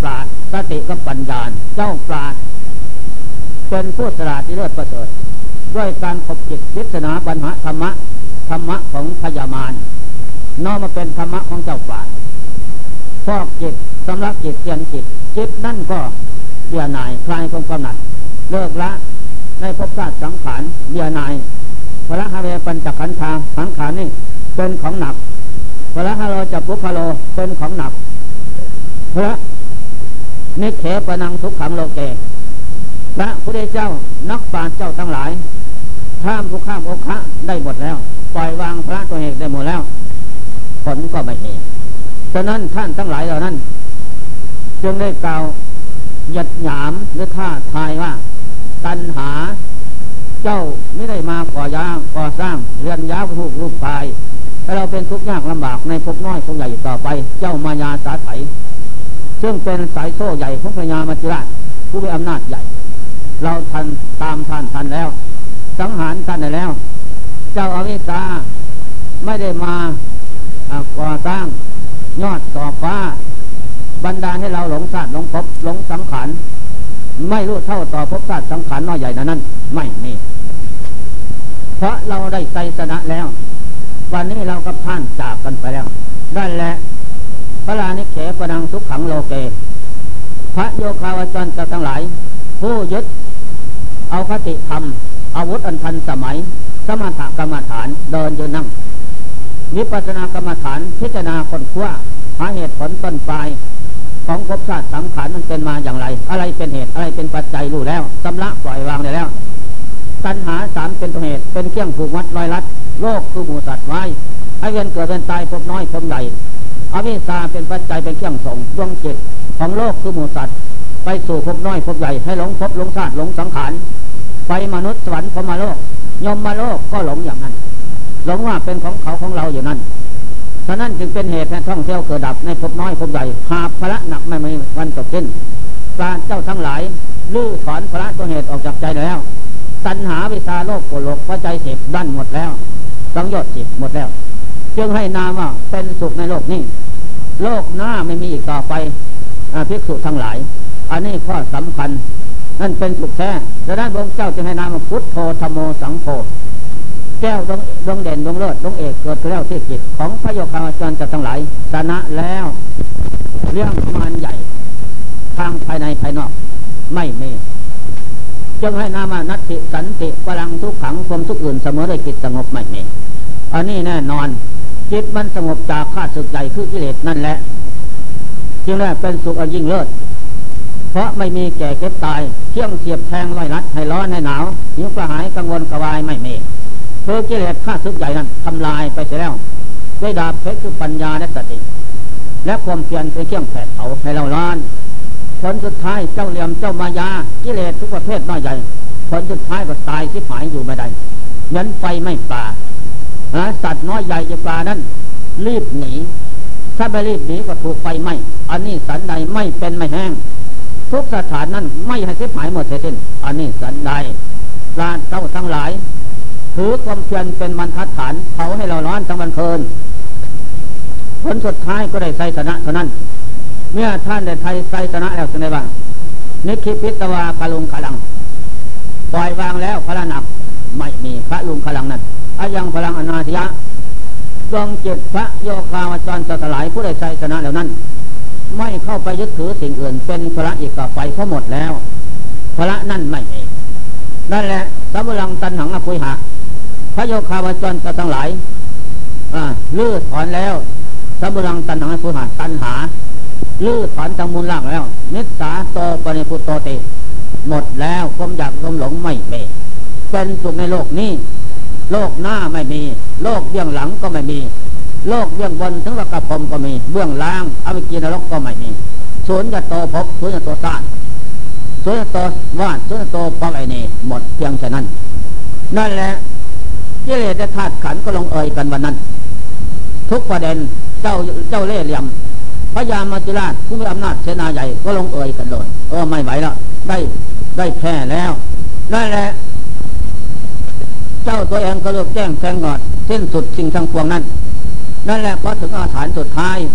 สติกับปัญญาเจ้าปราชญ์เป็นผู้ฉลาดที่เลิศประเสริฐด้วยการขบจิตวิจารณาปัญหาธรรมะธรรมะของพญามารน้อมมาเป็นธรรมะของเจ้าปราชญ์ฟอกจิตสำลักจิตเตียนจิตจิตนั่นก็เบื่อหน่ายคลายความกำหนัดเลิกละในภพชาติสังขารเบื่อหน่ายพระหะเวปัญจขันธาสังขารนี่เป็นของหนักพระหะโลจัปุคโลเป็นของหนักพระนิเขปนังทุกขังโลเกพระพุทธเจ้านักปราชญ์เจ้าทั้งหลายข้ามภูข้ามโอคะได้หมดแล้วปล่อยวางพระตัวเอกได้หมดแล้วผลก็ไม่เห็นฉะนั้นท่านทั้งหลายเหล่านั้นจึงได้กล่าวหยัดหยามหรือท่าทายว่าตัณหาเจ้าไม่ได้มาก่อยางก่อสร้างเรือนยาวรูปรูปปลายถ้าเราเป็นทุกข์ยากลำบากในภพน้อยภพใหญ่ต่อไปเจ้ามายาสาไถซึ่งเป็นสายโซ่ใหญ่ของพญามัจจุราชผู้มีอำนาจใหญ่เราทันตามท่านทันแล้วสังหารท่านได้แล้วเจ้าอวิชชาไม่ได้มาก่อสร้างยอดต่อฟ้าบรรดาให้เราหลงชาติหลงภพหลงสังขารไม่รู้เท่าต่อภพชาติสังขารน้อยใหญ่นั้นไม่มีเพราะเราได้ไสสนะแล้ววันนี้เรากับท่านจากกันไปแล้วได้แหละพระลานิเขปนังทุกขังโลเกพระโยคาวจรทั้งหลายผู้ยึดเอาคติธรรมอาวุธอันทันสมัยสมถกรรมฐานเดินยืนนั่งวิปัสสนากรรมฐานพิจารณาค้นคว้าหาเหตุผลต้นปลายของภพชาติสังขารมันเป็นมาอย่างไรอะไรเป็นเหตุอะไรเป็นปัจจัยรู้แล้วชำระปล่อยวางได้แล้วตัณหาสามเป็นตัวเหตุเป็นเครื่องผูกมัดร้อยลัดโลกคือหมู่สัตว์ไว้ให้เวียนเกิดเป็นตายภพน้อยภพใหญ่อวิชชาเป็นปัจจัยเป็นเครื่องส่งดวงจิตของโลกคือหมู่สัตว์ไปสู่ภพน้อยภพใหญ่ให้หลงภพหลงชาติหลงสังขารไปมนุษย์สวรรค์พรหมโลกยมโลกก็หลงอย่างนั้นหลงว่าเป็นของเขาของเราอยู่นั่นฉะนั้นจึงเป็นเหตุให้ท่องเที่ยวเกิดดับในภพน้อยภพใหญ่หาภาระหนักไม่มีวันจบสิ้นการเจ้าทั้งหลายลื้อถอนภาระตัวเหตุออกจากใจแล้วตัณหาวิชาโลภโกรธหลงพระใจเสพดั้นหมดแล้วสังโยชน์สิบหมดแล้วจึงให้นามว่าเป็นสุขในโลกนี้โลกหน้าไม่มีอีกต่อไปภิกษุทั้งหลายอันนี้ข้อสำคัญนั่นเป็นสุขแท้ดังนั้นพระเจ้าจึงให้นามว่าพุทโธธัมโมสังโฆแก้วดวงดวงเด่นดวงเลิศดวงเอกเกิดแล้วที่จิตของพระโยคาวจรทั้งหลายชนะแล้วเรื่องมารใหญ่ทางภายในภายนอกไม่มีจึงให้นามานัตติสันติพลังทุกขังความทุกข์อื่นเสมอได้จิตสงบไม่มีอันนี้แน่นอนจิตมันสงบจากข้าศึกใหญ่คือกิเลสนั่นแหละจึงได้เป็นสุขอันยิ่งเลิศเพราะไม่มีแก่เก็บตายเที่ยงเสียบแทงไล่รัดให้ร้อนให้หนาวหิวกระหายกังวลกระวายไม่มีเพื่อกิเลสข้าศึกใหญ่นั้นทำลายไปเสียแล้วด้วยดาบเพชรคือปัญญาและสติและความเพียรเป็นเครื่องแผดเผาให้เราร้อนผลสุดท้ายเจ้าเหลี่ยมเจ้ามายากิเลสทุกประเภทน้อยใหญ่ผลสุดท้ายก็ตายสิบหายอยู่ไม่ได้เหมือนไฟไม่ป่าสัตว์น้อยใหญ่จะปลานั้นรีบหนีถ้าไม่รีบหนีก็ถูกไฟไหม้อันนี้สันใดไม่เป็นไม่แห้งทุกสถานนั้นไม่ให้สิบหายหมดเส้นอันนี้สันใดปราชญ์เจ้าทั้งหลายถือความเพียรเป็นบรรทัดฐานเผาให้เราร้อนทั้งวันคืนผลสุดท้ายก็ได้ไสยชนะเท่านั้นเมื่อท่านได้ไทยไสยชนะแล้วจะได้บ้างนิคิพิตวาคลุงขลังปล่อยวางแล้วพระหนักไม่มีพระลุงขลังนั้นอายังพลังอนาธิยะดวงจิตพระโยคาวจรสลายผู้ได้ไสยชนะแล้วนั้นไม่เข้าไปยึดถือสิ่งอื่นเป็นพระอีกต่อไปเพราะหมดแล้วพระนั่นไม่มีนั่นแหละสัมบุรังตันหังอภุยหะพระโยคาวจรทั้งหลายลื้อถอนแล้วสัมบุรังตันหังอภุยหะตัณหาลื้อถอนทั้งมูลล่างแล้วนิสสาโตปณิพุตโตติหมดแล้วความอยากความหลงไม่มีเป็นสุขในโลกนี้โลกหน้าไม่มีโลกเบื้องหลังก็ไม่มีโลกเบื้องบนทั้งระกพรมก็มีเบื้องล่างอวิกีนรกก็ไม่มีศูนย์จะโตภพศูนย์จะโตชาติศูนย์จะโตวาดศูนย์จะโตปอกไอนี่หมดเพียงแค่นั้นนั่นแหละกิเลสและธาตุขันธ์ก็ลงเอยกันวันนั้นทุกประเด็นเจ้าเจ้าเล่ห์เหลี่ยมพญามัจจุราชผู้มีอำนาจเสนาใหญ่ก็ลงเอยกันเลยเออไม่ไหวแล้วได้ได้แพ้แล้วนั่นแหละเจ้าตัวเองก็เลือกแจ้งแทงกอดสิ้นสุดสิ่งทั้งปวงนั้นนั่นแหละพอถึงอาถรรพ์สุดท้าย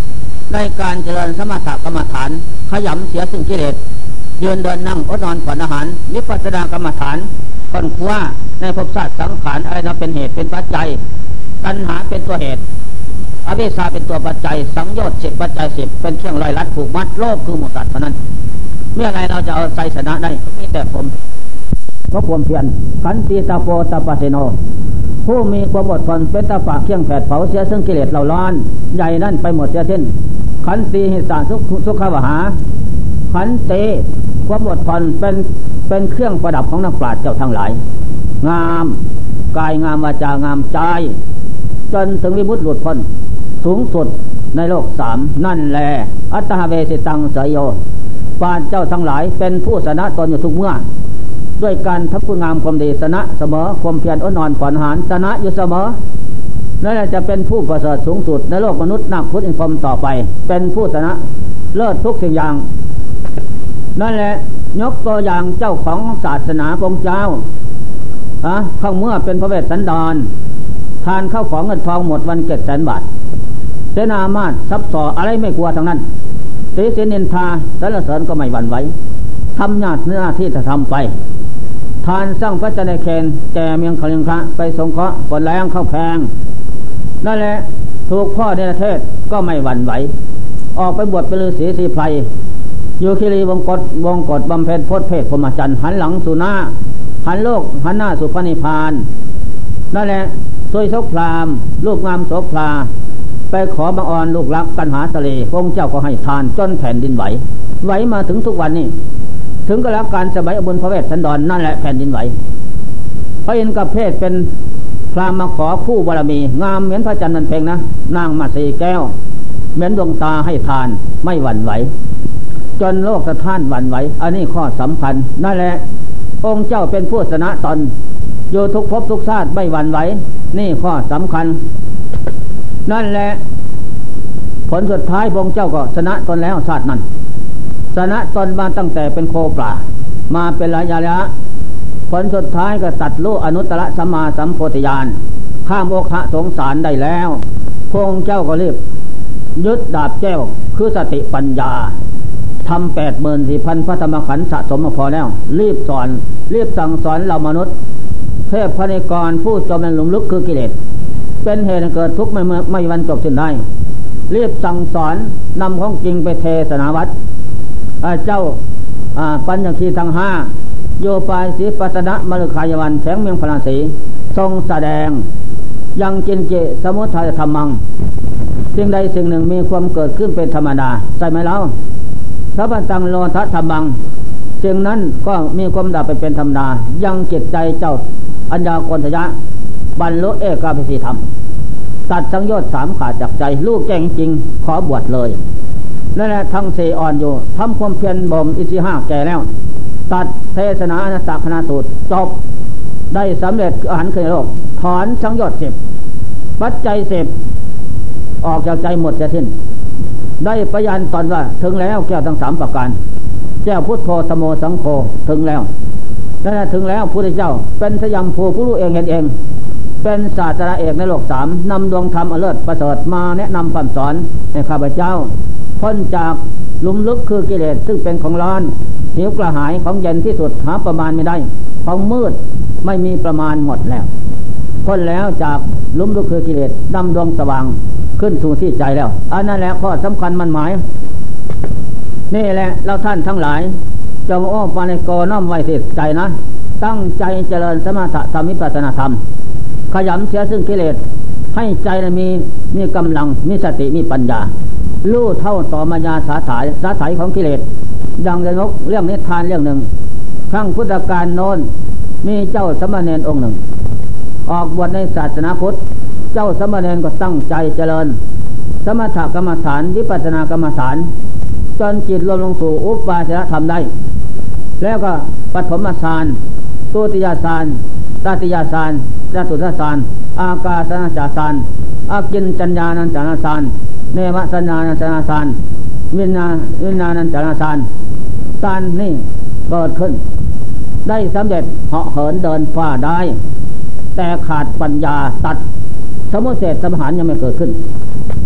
ในการเจริญสมถกรรมฐานขยำเสียซึ่งกิเลสยืนเดินนั่งอดนอนผ่อนอาหารวิปัสสนากรรมฐานค้นคว้าในภพชาติสังขารอะไรนั้นเป็นเหตุเป็นปัจจัยตัณหาเป็นตัวเหตุอวิชชาเป็นตัวปัจจัยสังโยชน์สิบปัจจัยสิบเป็นเครื่องลอยลัดผูกมัดโลภคือหมดสัตว์เท่านั้นเมื่อไรเราจะเอาไสยชนะได้มีแต่ผมเพราะความเพียรขันติตาโปตาปเสโนผู้มีความอดทนเป็นตาปะเคี่ยงแผดเผาเสียซึ่งกิเลสเราร้อนใหญ่นั่นไปหมดเสียสิ้นขันติหิสาสุขสุขวหาขันติความอดทนเป็นเป็นเครื่องประดับของนักปราชญ์เจ้าทั้งหลายงามกายงามวาจางามใจจนถึงวิมุตติหลุดพ้นสูงสุดในโลกสามนั่นแหละอัตตาเวสิตังเสยโยปราชญ์เจ้าทั้งหลายเป็นผู้ชนะตนอยู่ทุกเมื่อด้วยการทำคุณงามความดีชนะเสมอความเพียรอดนอนผ่อนอาหารชนะอยู่เสมอนั่นแหละจะเป็นผู้ประเสริฐสูงสุดในโลกมนุษย์นักพุทธอินทรต่อไปเป็นผู้ชนะเลิศทุกสิ่งอย่างนั่นแหละยกตัวอย่างเจ้าของศาสนาพระเจ้าอะข้างเมื่อเป็นพระเวสสันดรทานข้าวของเงินทองหมดวันเจ็ดแสนบาทเสนามาศทรัพย์สออะไรไม่กลัวทั้งนั้นตีเสนินทาสรรเสริญก็ไม่หวั่นไหวทำหน้าหน้าที่จะทำไปทานสร้างพระจันทร์เคนแก่เมียงคลิงคะไปสงเคราะห์ผลแรงเข้าแพงนั่นแหละถูกพ่อเนรเทศก็ไม่หวั่นไหวออกไปบวชเป็นฤาษีสีไพรอยู่คีรีวงกฏวงกฏบำเพ็ญโพธิเพศพรหมจรรย์หันหลังสู่หน้าหันโลกหันหน้าสู่พระนิพพานนั่นแหละซวยโสพรามลูกงามโสภาไปขอบังออนลูกรักกันหาทะเลพระองค์เจ้าก็ให้ทานจนแผ่นดินไหวไหวมาถึงทุกวันนี้ถึงก็แล้วการสมัยอบุญพระเวสสันดร นั่นแหละแผ่นดินไหวพระอินทร์กับเพศเป็นพรามมาขอคู่บารมีงามเหมือนพระจันทร์นันเพ็งนะนางมาสีแก้วเหมือนดวงตาให้ทานไม่หวั่นไหวจนโลกสะท้านหวั่นไหวอันนี้ข้อสำคัญนั่นแหละองค์เจ้าเป็นผู้ชนะตนอยู่ทุกภพทุกชาติไม่หวั่นไหวนี่ข้อสำคัญนั่นแหละผลสุดท้ายพระองค์เจ้าก็ชนะตนแล้วชาตินั้นชนะตนมาตั้งแต่เป็นโคปลามาเป็นระยะระยะผลสุดท้ายก็ตัดลูกอนุตตรสัมมาสัมโพธิญาณข้ามโอคะสงสารได้แล้วพระองค์เจ้าก็รีบยึดดาบแก้วคือสติปัญญาทำแปดหมื่นสี่พันพระธรรมขันธ์สะสมมาพอแล้วรีบสอนรีบสั่งสอนเรามนุษย์เทพพระนิกรผู้จมในหลุมลึกคือกิเลสเป็นเหตุให้เกิดทุกข์ไม่ไม่วันจบสิ้นได้รีบสั่งสอนนำของจริงไปเทศนาวัดเจ้าปัญญคีทั้งห้าโยปายศีปัตนะมฤคายวันแข็งเมียงพลาสีทรงแสดงยังจินเจสมุทัยธรรมังสิ่งใดสิ่งหนึ่งมีความเกิดขึ้นเป็นธรรมดาใช่ไหมเล่าสัพพัตังโลทัธรรมังสิ่งนั้นก็มีความดับไปเป็นธรรมดายังจิตใจเจ้าอัญญากรทยะบรรลุเอกาภิสิธรรมตัดสังโยชน์สามขาดจากใจลูกแจ้งจริงขอบวชเลยนั่นแหละทั้งเสอ่อนอยู่ทำความเพียรบ่มอินทรีย์ห้าแก่แล้วตัดเทศนาอนัตตคณาสูตรจบได้สำเร็จอาหารเคยโลกถอนสังโยชน์สิบปัจจัยสิบออกจากใจหมดจะสิ้นได้ประยานตอนว่าถึงแล้วแก้วทั้งสามประการแก้วพุทโธธโมสังโฆถึงแล้วนั่นแหละถึงแล้วพระพุทธเจ้าเป็นสยามภูผู้รู้เองเห็นเองเป็นศาสตราเอกในโลกสามนำดวงธรรมอเลิศประเสริฐมาแนะนำคำสอนในข้าพเจ้าพ้นจากหลุมลึกคือกิเลสซึ่งเป็นของร้อนหิวกระหายของเย็นที่สุดหาประมาณไม่ได้ของมืดไม่มีประมาณหมดแล้วพ้นแล้วจากหลุมลึกคือกิเลสนำดวงสว่างขึ้นสู่ที่ใจแล้วอันนั้นแหละข้อสำคัญมันหมายนี่แหละเราท่านทั้งหลายจงอ้อมปานิโกน้อมไว้ที่ใจนะตั้งใจเจริญสมถะธรรมวิปัสสนาธรรมขยำเสียซึ่งกิเลสให้ใจมีมีกำลังมีสติมีปัญญารู้เท่าต่อมายาสาถายสาถายของกิเลสดังจะยกเรื่องนิทานเรื่องหนึ่งครั้งพุทธกาลโน้นมีเจ้าสมณเณรองค์หนึ่งออกบวชในศาสนาพุทธเจ้าสมณเณรก็ตั้งใจเจริญสมถกรรมฐานวิปัสสนากรรมฐานจนจิตรวมลงสู่อุปาจารธรรมได้แล้วก็ปฐมฌานตุติยฌานตติยฌานจตุตฌานอากาสนาฌานอากินจัญญานัญจนาฌานเนวสัญญานัญจนาฌานวิญญาวิญญาณัญจนาฌานฌานนี่เกิดขึ้นได้สำเร็จเหาะเหินเดินฟ้าได้แต่ขาดปัญญาตัดสมุเฉทสัมหารยังไม่เกิดขึ้นค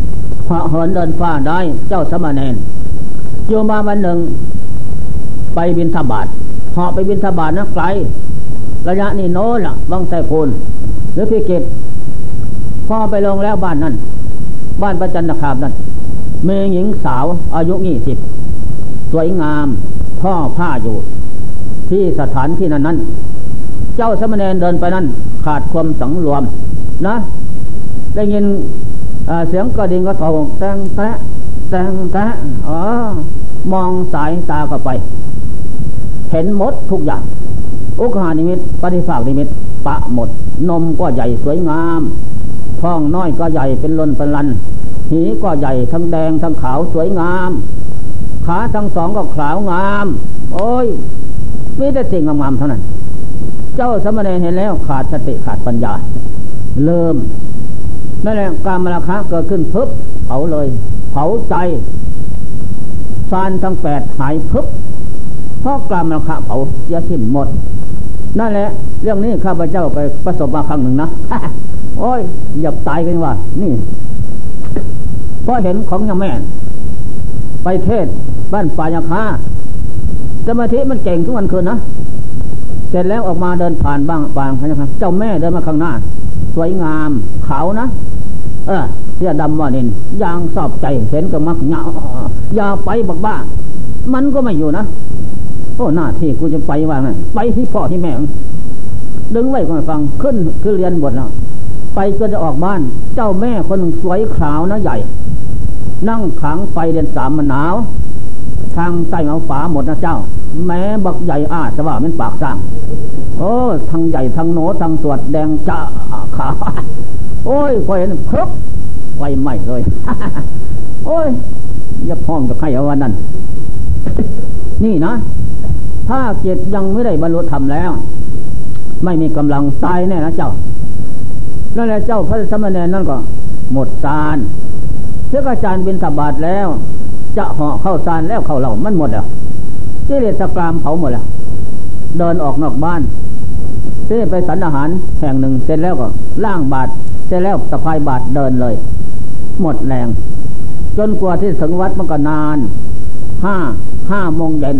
พระเหินเดินฟ้าได้เจ้าสมณเณรอยู่มาวันหนึ่งไปบิณฑบาตเหาะไปบิณฑบาตนะไกลระยะนี้โน้นล่ะวังไสพูนหรือพิเกตพอไปลงแล้วบ้านนั้นบ้านประจันตคามนั้นมีหญิงสาวอายุยี่สิบสวยงามท่อผ้าอยู่ที่สถานที่นั้นนั้นเจ้าสมณเณรเดินไปนั้นขาดความสังรวมนะได้ยินเสียงกระดิ่งกระทงแตงแตะแตงแตะอ๋อมองสายตาเข้าไปเห็นหมดทุกอย่างอุคหานิมิตปฏิภาคนิมิตปะหมดนมก็ใหญ่สวยงามท้องน้อยก็ใหญ่เป็นล้นเป็นลันหีก็ใหญ่ทั้งแดงทั้งขาวสวยงามขาทั้งสองก็ขาวงามโอ้ยมีแต่สิ่งงามๆเท่านั้นเจ้าสมณเณรเห็นแล้วขาดสติขาดปัญญาเริ่มนั่นแหละกามราคะเกิดขึ้นพึบเผาเลยเผาใจฟานทั้งแปดหายพึบเพราะกามราคะเผาเสียสิ้นหมดนั่นแหละเรื่องนี้ข้าพเจ้าไปประสบมาครั้งหนึ่งนะ โอ้ยอย่าตายกันว่านี่เพราะเห็นของยังแม่ไปเทศบ้านป่ายาคาสมาธิมันเก่งทุกวันคืนนะเสร็จแล้วออกมาเดินผ่านบ้างป่ายาคาเจ้าแม่เดินมาข้างหน้าสวยงามขาวนะเออเสียดำว่านินยางสอบใจเห็นก็มักเหงาอย่าไปบักบ้ามันก็ไม่อยู่นะโอ้หน้าที่กูจะไปว่าไงไปที่พ่อที่แม่ดึงไว้ก่อนฟังขึ้นคือเรียนบทแล้วไปจนจะออกบ้านเจ้าแม่คนหนึ่งสวยขาวนะใหญ่นั่งขังไฟเดือนสามมันหนาวทางใต้เอาฝาหมดนะเจ้าแม้บักใหญ่อาสว่าเป็นปากสร้างโอ้ทางใหญ่ทางโหนทางสวดแดงจ้าขาวโอ้ยพอเห็นครบไฟไหม้เลย โอ้ยอย่าพ้องกับใครเอาวันนั้น นี่นะถ้าเกียรติยังไม่ได้บรรลุธรรมแล้วไม่มีกำลังตายแน่นะเจ้านั่นแหละเจ้าพระสมณเณรนั่นก็หมดฌานเชื่ออาจารย์บิณฑบาตแล้วจะห่อเข้าฌานแล้วเข้าเหล่ามันหมดแล้วกิเลสกรรมเผาหมดแล้วเดินออกนอกบ้านเสียไปฉันอาหารแห่งหนึ่งเสร็จแล้วก็ล่างบาตรเสร็จแล้วสะพายบาตรเดินเลยหมดแรงจนกว่าที่ถึงวัดมันก็นานห้าห้าโมงเย็น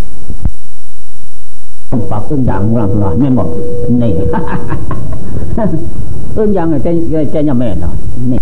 ปากอึ้งอย่างหลังหลังไม่หมดนี่ อึ้งอย่างไงเจ๊เจ๊ยาแม่เนาะนี่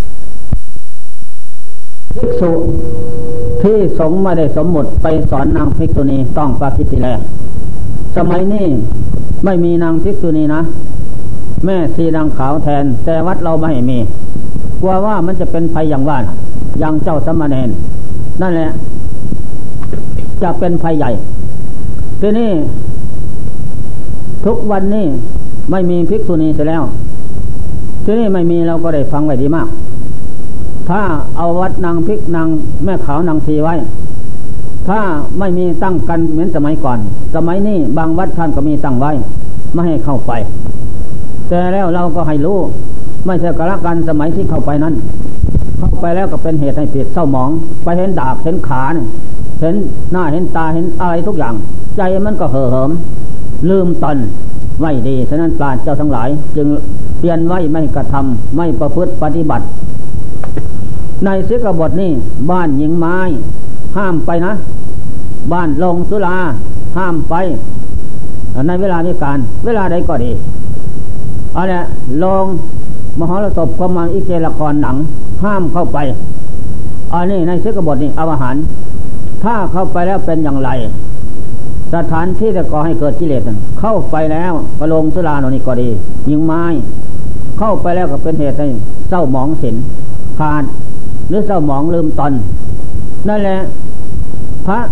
ภิกษุที่สงฆ์ไม่ได้สมมุติไปสอนนางภิกษุณีต้องปาคิติแลสมัยนี้ไม่มีนางภิกษุณีนะแม่สีนางขาวแทนแต่วัดเราไม่ให้มีกลัวว่ามันจะเป็นภัยอย่างว่าอย่างเจ้าสมณเณรนั่นแหละจะเป็นภัยใหญ่ทีนี้ทุกวันนี้ไม่มีภิกษุณีเสียแล้วทีนี้ไม่มีเราก็ได้ฟังไว้ดีมากถ้าเอาวัดนางภิกนางแม่ขาวนางสีไว้ถ้าไม่มีตั้งกันเหมือนสมัยก่อนสมัยนี้บางวัดท่านก็มีตั้งไว้ไม่ให้เข้าไปแต่แล้วเราก็ให้รู้ไม่ใช่กระกันสมัยที่เข้าไปนั้นเข้าไปแล้วก็เป็นเหตุให้ผิดเศร้าหมองไปเห็นดาบเห็นขาเห็นหน้าเห็นตาเห็นอะไรทุกอย่างใจมันก็เห่อเหิมลืมตนไว้ดีฉะนั้นปราชญ์เจ้าทั้งหลายจึงเปลี่ยนไว้ไม่กระทำไม่ประพฤติปฏิบัติในสิกบทนี้บ้านหญิงไม้ห้ามไปนะบ้านลงสุราห้ามไปในเวลาวิกาลเวลาใดก็ดีอะไรลงมหรสพก็มาอีเกละครหนังห้ามเข้าไปอันนี้ในสิกบทนี้อาหารถ้าเข้าไปแล้วเป็นอย่างไรสถานที่จะก่อให้เกิดกิเลสเข้าไปแล้วกระลงสุราโนนี่ก็ดียิงไม้เข้าไปแล้วก็เป็นเหตุให้เศร้าหมองศีลขาดหรือเศร้าหมองลืมตนนั่นแหละพระ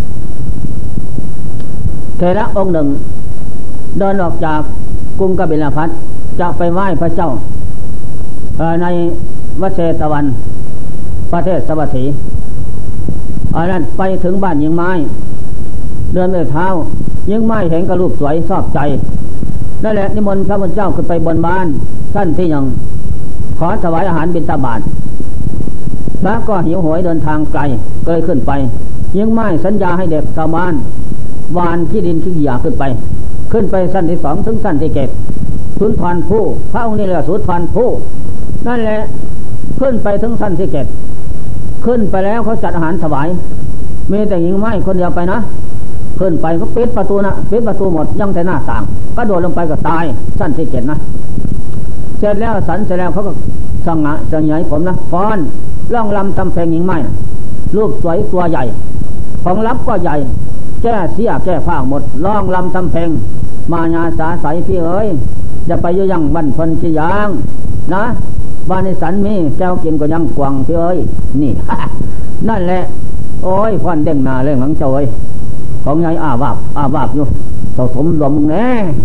เถระองค์หนึ่งเดินออกจากกรุงกบิลพัสจะไปไหว้พระเจ้าในวัดเชตวันประเทศสวัสดีอันนั้นไปถึงบ้านยิงไม้เดินด้วยเท้ายิงไม้เห็นกระรูปสวยชอบใจนั่นแหละนิมนต์พระพุทธเจ้าขึ้นไปบนบ้านท่านที่ยังขอถวายอาหารบิณฑบาตพระก็หิวโหยเดินทางไกลก็เลยขึ้นไปยิงไม้สัญญาให้เด็กชาวบ้านวานที่ดินที่เหยียขึ้นไปขึ้นไปสั้นที่สองถึงสั้นที่เจ็ดสุนทรภู่พระองค์นี่เรียกสุนทรภู่นั่นแหละขึ้นไปถึงสั้นที่เจ็ดขึ้นไปแล้วเขาจัดอาหารถวายมีแต่หญิงไม้คนเดียวไปนะขึ้นไปก็ปิดประตูนะปิดประตูหมดยังแต่หน้าต่างก็โดดลงไปก็ตายชั้นที่เจ็ดนะเสร็จแล้วสันเสร็จแล้วเขาก็สังหะสังใหญ่ผมนะฟ้อนร้องรำทำเพลงหญิงไม้นะรูปสวยตัวใหญ่ของลับก็ใหญ่แก้เสียแก้ผ้าหมดร้องรำทำเพลงมายาสาใสพี่เอ้ยจะไปยุ่ยังบันพนที่ยางนะบ้านในสันมีแก้วกินก็ยังกวางพี่เอ้ยนี่ นั่นแหละโอ้ยควันเด้งหนาเรื่องหลังเจ้าเอ้ยของยายอาบาบอาบาบอยู่เจ้าสมรวมมึงแน่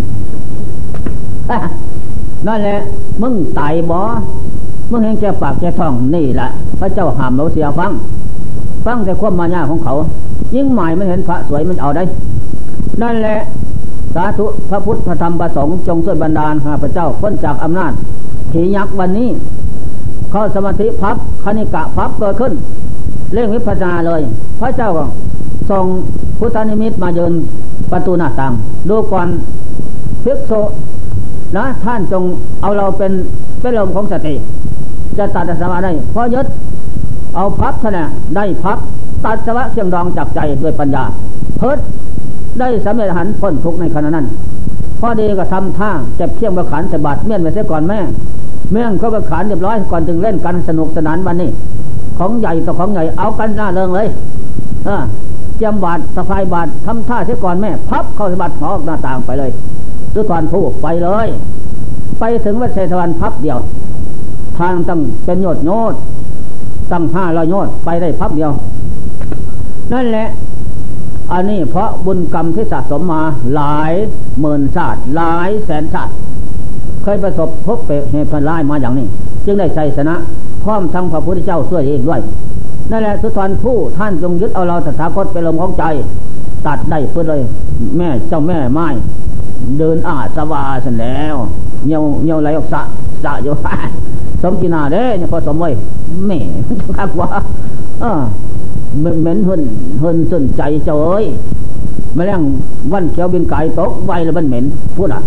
นั่นแหละมึงตายบ่มึงเห็นแก่ปากแก่ท้องนี่แหละพระเจ้าห้ามเราเสียฟังฟังแต่ความมายาของเขายิ่งหมายมันเห็นพระสวยมันเอาได้นั่นแหละสาธุพระพุทธพระธรรมพระสงฆ์จงช่วยบันดาลข้าพระเจ้าพ้นจากอำนาจผียักษ์วันนี้เข้าสมาธิพับคณิกะพับเกิดขึ้นเร่งวิปัสสนาเลยพระเจ้าก็ส่งพุทธนิมิตมาเยินประตูหน้าต่างดูก่อนภิกษุนะท่านจงเอาเราเป็นเป็นลมของสติจะตัดอาสวะได้เพราะยึดเอาพับเท่านั้นได้พับตัดอาสวะเสียงดองจากใจด้วยปัญญาเพิดได้สำเร็จหันพ้นทุกข์ในขณะนั้นพอดีก็ทำท่าเจ็บเขี้ยงบะขันใส่บาดเมี่ยนไปเสียก่อนแม่เมี่ยงก็บะขันเรียบร้อยก่อนถึงเล่นกันสนุกสนานวันนี้ของใหญ่ต่อของใหญ่เอากันหน้าเริงเลยเออเจียมบาดสะพายบาดทำท่าเสียก่อนแม่พับเข้าสะบัดหอออกหน้าต่างไปเลยสุตอนผู้ไปเลยไปถึงวัดเศรษฐวันพับเดียวทางตั้งเป็นโยดโยดตั้งห้าร้อยโยดไปได้พับเดียวนั่นแหละอันนี้เพราะบุญกรรมที่สะสมมาหลายหมื่นชาติหลายแสนชาติเคยประสบพบเหตุร้ายมาอย่างนี้จึงได้ชัยชนะพร้อมทั้งพระพุทธเจ้าช่วยเองด้วยนั่นแหละสุตอนผู้ท่านจงยึดเอาเราตถาคตเป็นลมของใจตัดได้เพื่อเลยแม่เจ้าแม่ไม้เดินอาสวาสันแล้วเงียวเงียวไหลออกสะสะอยู่ สมกินาเด้เนี่ยพอสมไว้แม่ข้ากว่าเออเหม็นหุ่นหุ่นสนใจเจ้าเอ้ยแมลงวันเขียวบินไก่ตกไวแล้วมันเหม็นพูดอ่ะ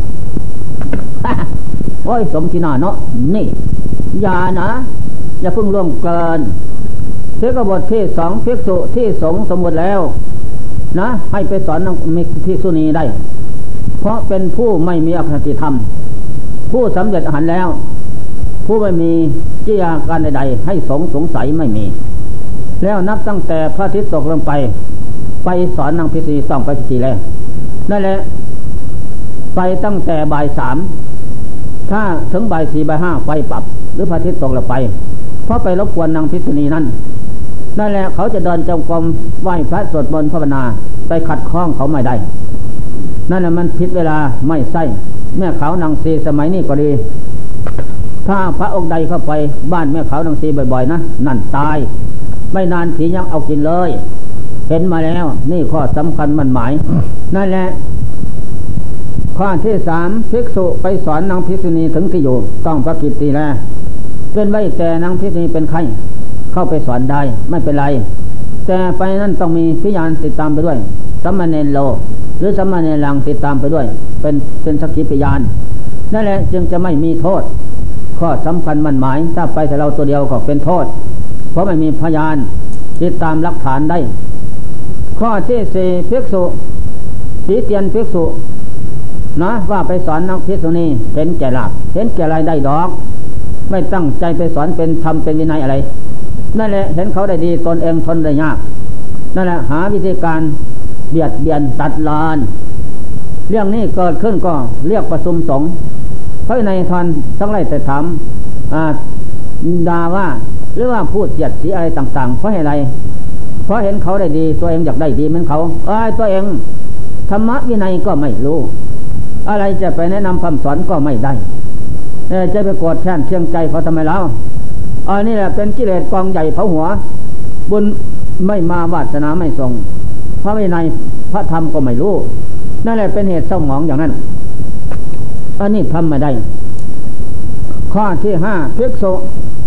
โอ้ยสมกินาเนาะนี่อย่านะอย่าเพิ่งล่วงเกินเทกบทที่สองภิกษุที่สงสมบูรณ์แล้วนะให้ไปสอนมีภิกษุณีได้เพราะเป็นผู้ไม่มีอคติธรรมผู้สำเร็จอรหันต์แล้วผู้ไม่มีกิริยาการใดๆให้สงสงสัยไม่มีแล้วนับตั้งแต่พระอาทิตย์ตกลงไปไปสอนนางภิกษุณีต้องไปกี่ทีแล้วนั่นแหละไปตั้งแต่บ่ายสามถ้าถึงบ่ายสี่บ่ายห้าไฟปรับหรือพระอาทิตย์ตกลงไปเพราะไปรบกวนนางภิกษุณีนั่นนั่นแหละเขาจะเดินจงกรมไหว้พระสวดมนต์ภาวนาไปขัดข้องเขาไม่ได้นั่นแหละมันผิดเวลาไม่ใช่แม่ขาวนางสีสมัยนี้ก็ดีถ้าพระองค์ใดเข้าไปบ้านแม่ขาวนางสีบ่อยๆนะนั่นตายไม่นานผียักษ์เอากินเลยเห็นมาแล้วนี่ข้อสำคัญมันหมายนั่นแหละข้อที่สามภิกษุไปสอนนางภิกษุณีถึงที่อยู่ต้องประกิตตีแลเป็นไว้แต่นางภิกษุณีเป็นไข้เข้าไปสอนได้ไม่เป็นไรแต่ไปนั่นต้องมีพยานติดตามไปด้วยสัมมาเนรโลหรือสัมมาเนรังติดตามไปด้วยเป็นเป็นสักขีพยานนั่นแหละจึงจะไม่มีโทษข้อสำคัญมันหมายถ้าไปแต่เราตัวเดียวก็เป็นโทษเพราะไม่มีพยานติดตามหลักฐานได้ข้อที่สี่ภิกษุสีเตียนภิกษุนะว่าไปสอนนักภิกษุณีเห็นแก่ลาภเห็นแก่อะไรได้ดอกไม่ตั้งใจไปสอนเป็นธรรมเป็นวินัยอะไรนั่นแหละเห็นเขาได้ดีตนเองทนได้ยากนั่นแหละหาวิธีการเบียดเบียนตัดรอนเรื่องนี้เกิดขึ้นก็เรียกประชุมสงฆ์เพราะในทอนทั้งไรแต่ถามด่าว่าหรือว่าพูดเหยียดสีอะไรต่างๆเพราะอะไรเพราะเห็นเขาได้ดีตัวเองอยากได้ดีเหมือนเขาเอ้ยตัวเองธรรมะวินัยก็ไม่รู้อะไรจะไปแนะนำคำสอนก็ไม่ได้จะไปโกรธแค้นเชียงใจเขาทำไมแล้วอันนี้แหละเป็นกิเลสกองใหญ่เผาหัวบุญไม่มาวาสนาไม่ส่งพระวินัยพระธรรมก็ไม่รู้นั่นแหละเป็นเหตุเศร้าหมองอย่างนั้นอันนี้ทำไม่ได้ข้อที่ห้าภิกษุ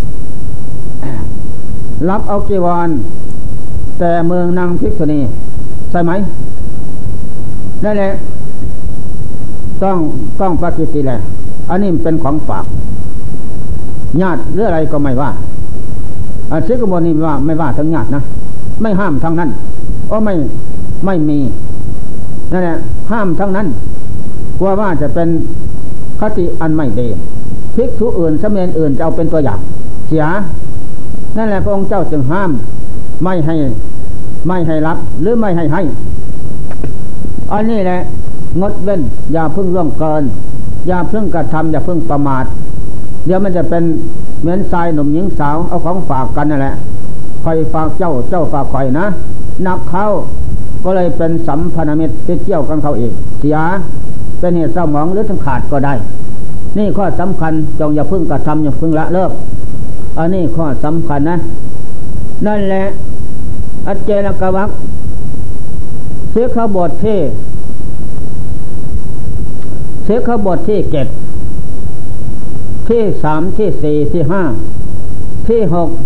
รับเอาจีวรแต่เมืองนางภิกษุณีใช่ไหมนั่นแหละต้องต้องปฏิทินแหละอันนี้เป็นของฝากญาติหรืออะไรก็ไม่ว่าอันสิกขาบทนี้ว่าไม่ว่าทั้งญาตินะไม่ห้ามทั้งนั้นโอ้ไม่ไม่มีนั่นแหละห้ามทั้งนั้นกลัวว่าจะเป็นคติอันไม่ดีภิกษุอื่นสามเณรอื่นจะเอาเป็นตัวอย่างเสียนั่นแหละพระองค์เจ้าจึงห้ามไม่ให้ไม่ให้รับหรือไม่ให้ให้อันนี้แหละงดเว้นอย่าพึ่งล่วงเกินอย่าพึ่งกระทำอย่าพึ่งประมาทเดี๋ยวมันจะเป็นเหมือนชายหนุ่มหญิงสาวเอาของฝากกันนั่นแหละคอยฝากเจ้าเจ้าฝากคอยนะนักเข้าก็เลยเป็นสัมพันธมิตรติดเกี่ยวกันเขาอีกเสียเป็นเหตุเศร้าหมองหรือถึงขาดก็ได้นี่ข้อสำคัญจงอย่าพึ่งกระทำอย่าพึ่งละเลิกอันนี้ข้อสำคัญนะนั่นแหละอัจเจรกวักเสขบทที่เสขบทที่เจ็ดที่สามที่สี่ที่ห้าที่หก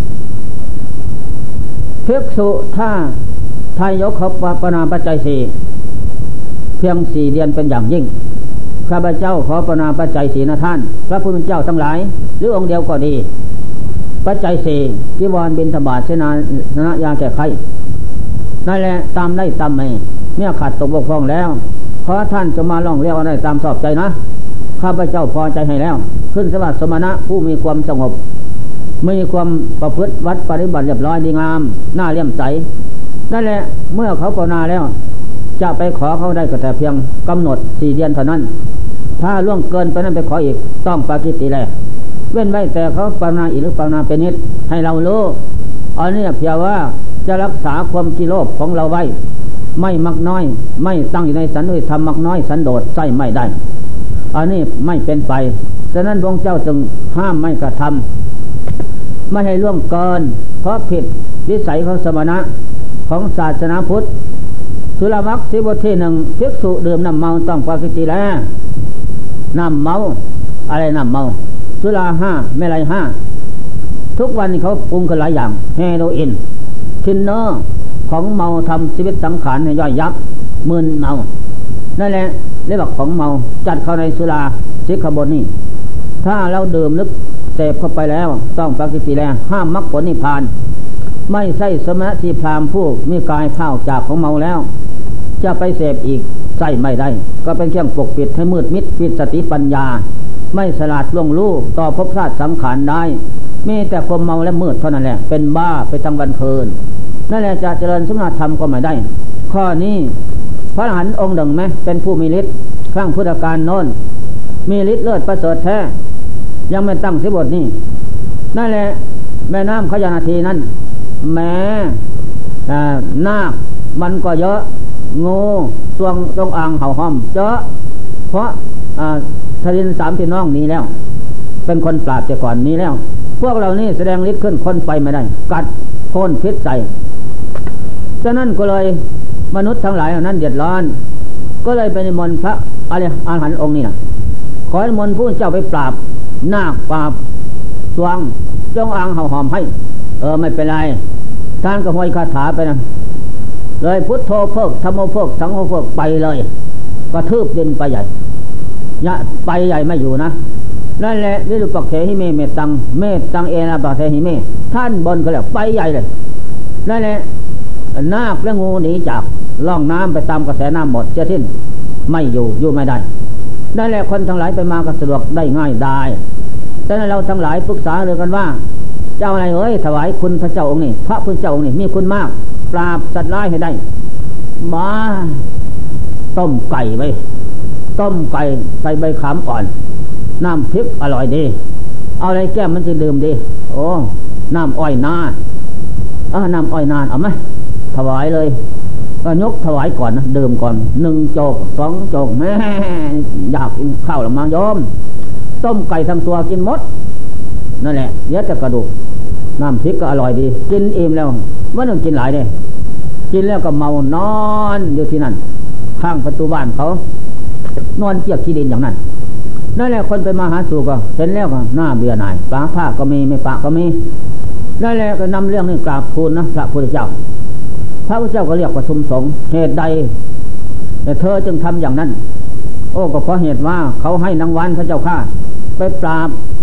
ภิกษุถ้าทายกขบปนาปัจจัยสี่เพียงสี่เดือนเป็นอย่างยิ่งข้าพเจ้าขอปนาปัจจัยสี่นะท่านพระพุทธเจ้าทั้งหลายหรือองค์เดียวก็ดีปัจจัยสี่จีวรบิณฑบาตเสนาสนะยาแก้ไขนั่นแหละตามได้ตามไม่เมื่อขาดตกบกพร่องแล้วขอท่านจะมาล่องเรียกอะไรตามสอบใจนะข้าพเจ้าพอใจให้แล้วขึ้นสวัสดิ์สมณะผู้มีความสงบมีความประพฤติวัดปฏิบัติเรียบร้อยดีงามน่าเลี่ยมใสนั่นแหละเมื่อเขาภาวนาแล้วจะไปขอเขาได้ก็แต่เพียงกำหนดสี่เดือนเท่านั้นถ้าล่วงเกินไปนั้นไปขออีกต้องปากิติแลเว้นไว้แต่เขาภาวนาอีกหรือภาวนาเป็นนิดให้เรารู้อันนี้เพียงว่าจะรักษาความกิโลภของเราไว้ไม่มักน้อยไม่ตั้งอยู่ในสันโดษทำมักน้อยสันโดษใส่ไม่ได้อันนี้ไม่เป็นไปฉะนั้นพระเจ้าจึงห้ามไม่กระทำไม่ให้ล่วงเกินเพราะผิดวิสัยของสมณะของศาสนาพุทธสุรมักสิบทที่หนึ่งภิกษุดื่มน้ำเมาต้องปากิติแลน้ำเมาอะไรน้ำเมาสุราห้าไม่ไรห้าทุกวันเขาปรุงกันหลายอย่างเฮโรอีนทินเนอร์ของเมาทำชีวิตสังขารให้ย่อยยับมึนเมานั่นแหละเรียกว่าของเมาจัดเข้าในสุราสิกขาบทนี้ถ้าเราดื่มลึกเสพเข้าไปแล้วต้องปากิติแลห้ามมรรคผลนิพพานไม่ใช่สมณะที่พราหมณ์ผู้มีกายข้าวจากของเมาแล้วจะไปเสพอีกใส่ไม่ได้ก็เป็นเครื่องปกปิดให้มืดมิดปิดสติปัญญาไม่ฉลาดล่วงรู้ต่อภพชาติสังขารได้มีแต่ความเมาและมืดเท่านั้นแหละเป็นบ้าไปทั้งวันคืนนั่นแหละจะเจริญสมณธรรมก็ไม่ได้ข้อนี้พระอรหันต์องค์หนึ่งไหมเป็นผู้มีฤทธิ์ครั้งพุทธกาลโน้นมีฤทธิ์เลิศประเสริฐแท้ยังไม่ตั้งสิบทนี้นั่นแหละแม่น้ำขยานาทีนั้นแม้นาคมันก็เยอะงูสวงจงอางเห่าห้อมเจอะเพราะทรินสามพี่น้องนี้แล้วเป็นคนปราบแต่ก่อนนี้แล้วพวกเรานี่แสดงฤทธิ์ขึ้นคนไปไม่ได้กัดโค่นพิษใส่ฉะนั้นก็เลยมนุษย์ทั้งหลายเหล่านั้นเดือดร้อนก็เลยไปนิมนต์พระอรหันต์องค์นี้นะขอนิมนต์ผู้เจ้าไปปราบนาคปราบสวงจงอางเห่าหอมให้เออไม่เป็นไรท่านก็ห้อยคาถาไปนะเลยพุทโธเพิกธรรมโอเพิกสังโฆเพิกไปเลยก็ทืบดินไปใหญ่ยะไปใหญ่ไม่อยู่นะนั่นแหละวิรุปักเถหิเมเมตังเมตังเอนาปักเถหิเมท่านบนก็แล้วไปใหญ่เลยนั่นแหละนาคและงูหนีจากล่องน้ำไปตามกระแสน้ำหมดเจ้าทิ้นไม่อยู่อยู่ไม่ได้นั่นแหละคนทั้งหลายไปมาก็สะดวกได้ง่ายได้แต่เราทั้งหลายปรึกษาเรื่องกันว่าเจ้าอะไรเอ้ยถวายคุณพระเจ้าองค์นี้พระพุทธเจ้าองค์นี้มีคุณมากปราบสัตว์ร้ายให้ได้มาต้มไก่ไปต้มไก่ใส่ใบขามอ่อนน้ำพริกอร่อยดีเอาอะไรแก้มมันจะดื่มดีโอ้น้ำอ้อยนาเออน้ำอ้อยนานเอาไหมถวายเลยก็ยกถวายก่อนนะดื่มก่อนหนึ่งโจกสองโจกแม่อยากกินข้าวหรือมาโยมต้มไก่ทั้งตัวกินหมดนั่นแหละเยอะแต่กระดูกน้ำพริกก็อร่อยดีกินอิ่มแล้วไม่ต้องกินหลายเลยกินแล้วก็เมานอนอยู่ที่นั่นข้างประตูบ้านเขานอนเกียกขี้ดินอย่างนั้นนั่นแหละคนไปมาหาสู่ก็เห็นแล้วก็หน้าเบื่อหน่ายปาผ้าก็มีไม่ปะก็มีนั่นแหละก็นำเรื่องนี้กราบทูลนะพระพุทธเจ้าพระพุทธเจ้าก็เรียกว่าสมสงฆ์เหตุใดแต่เธอจึงทำอย่างนั้นโอ้ก็เพราะเหตุว่าเขาให้นางวันพระเจ้าข้าไปปราบ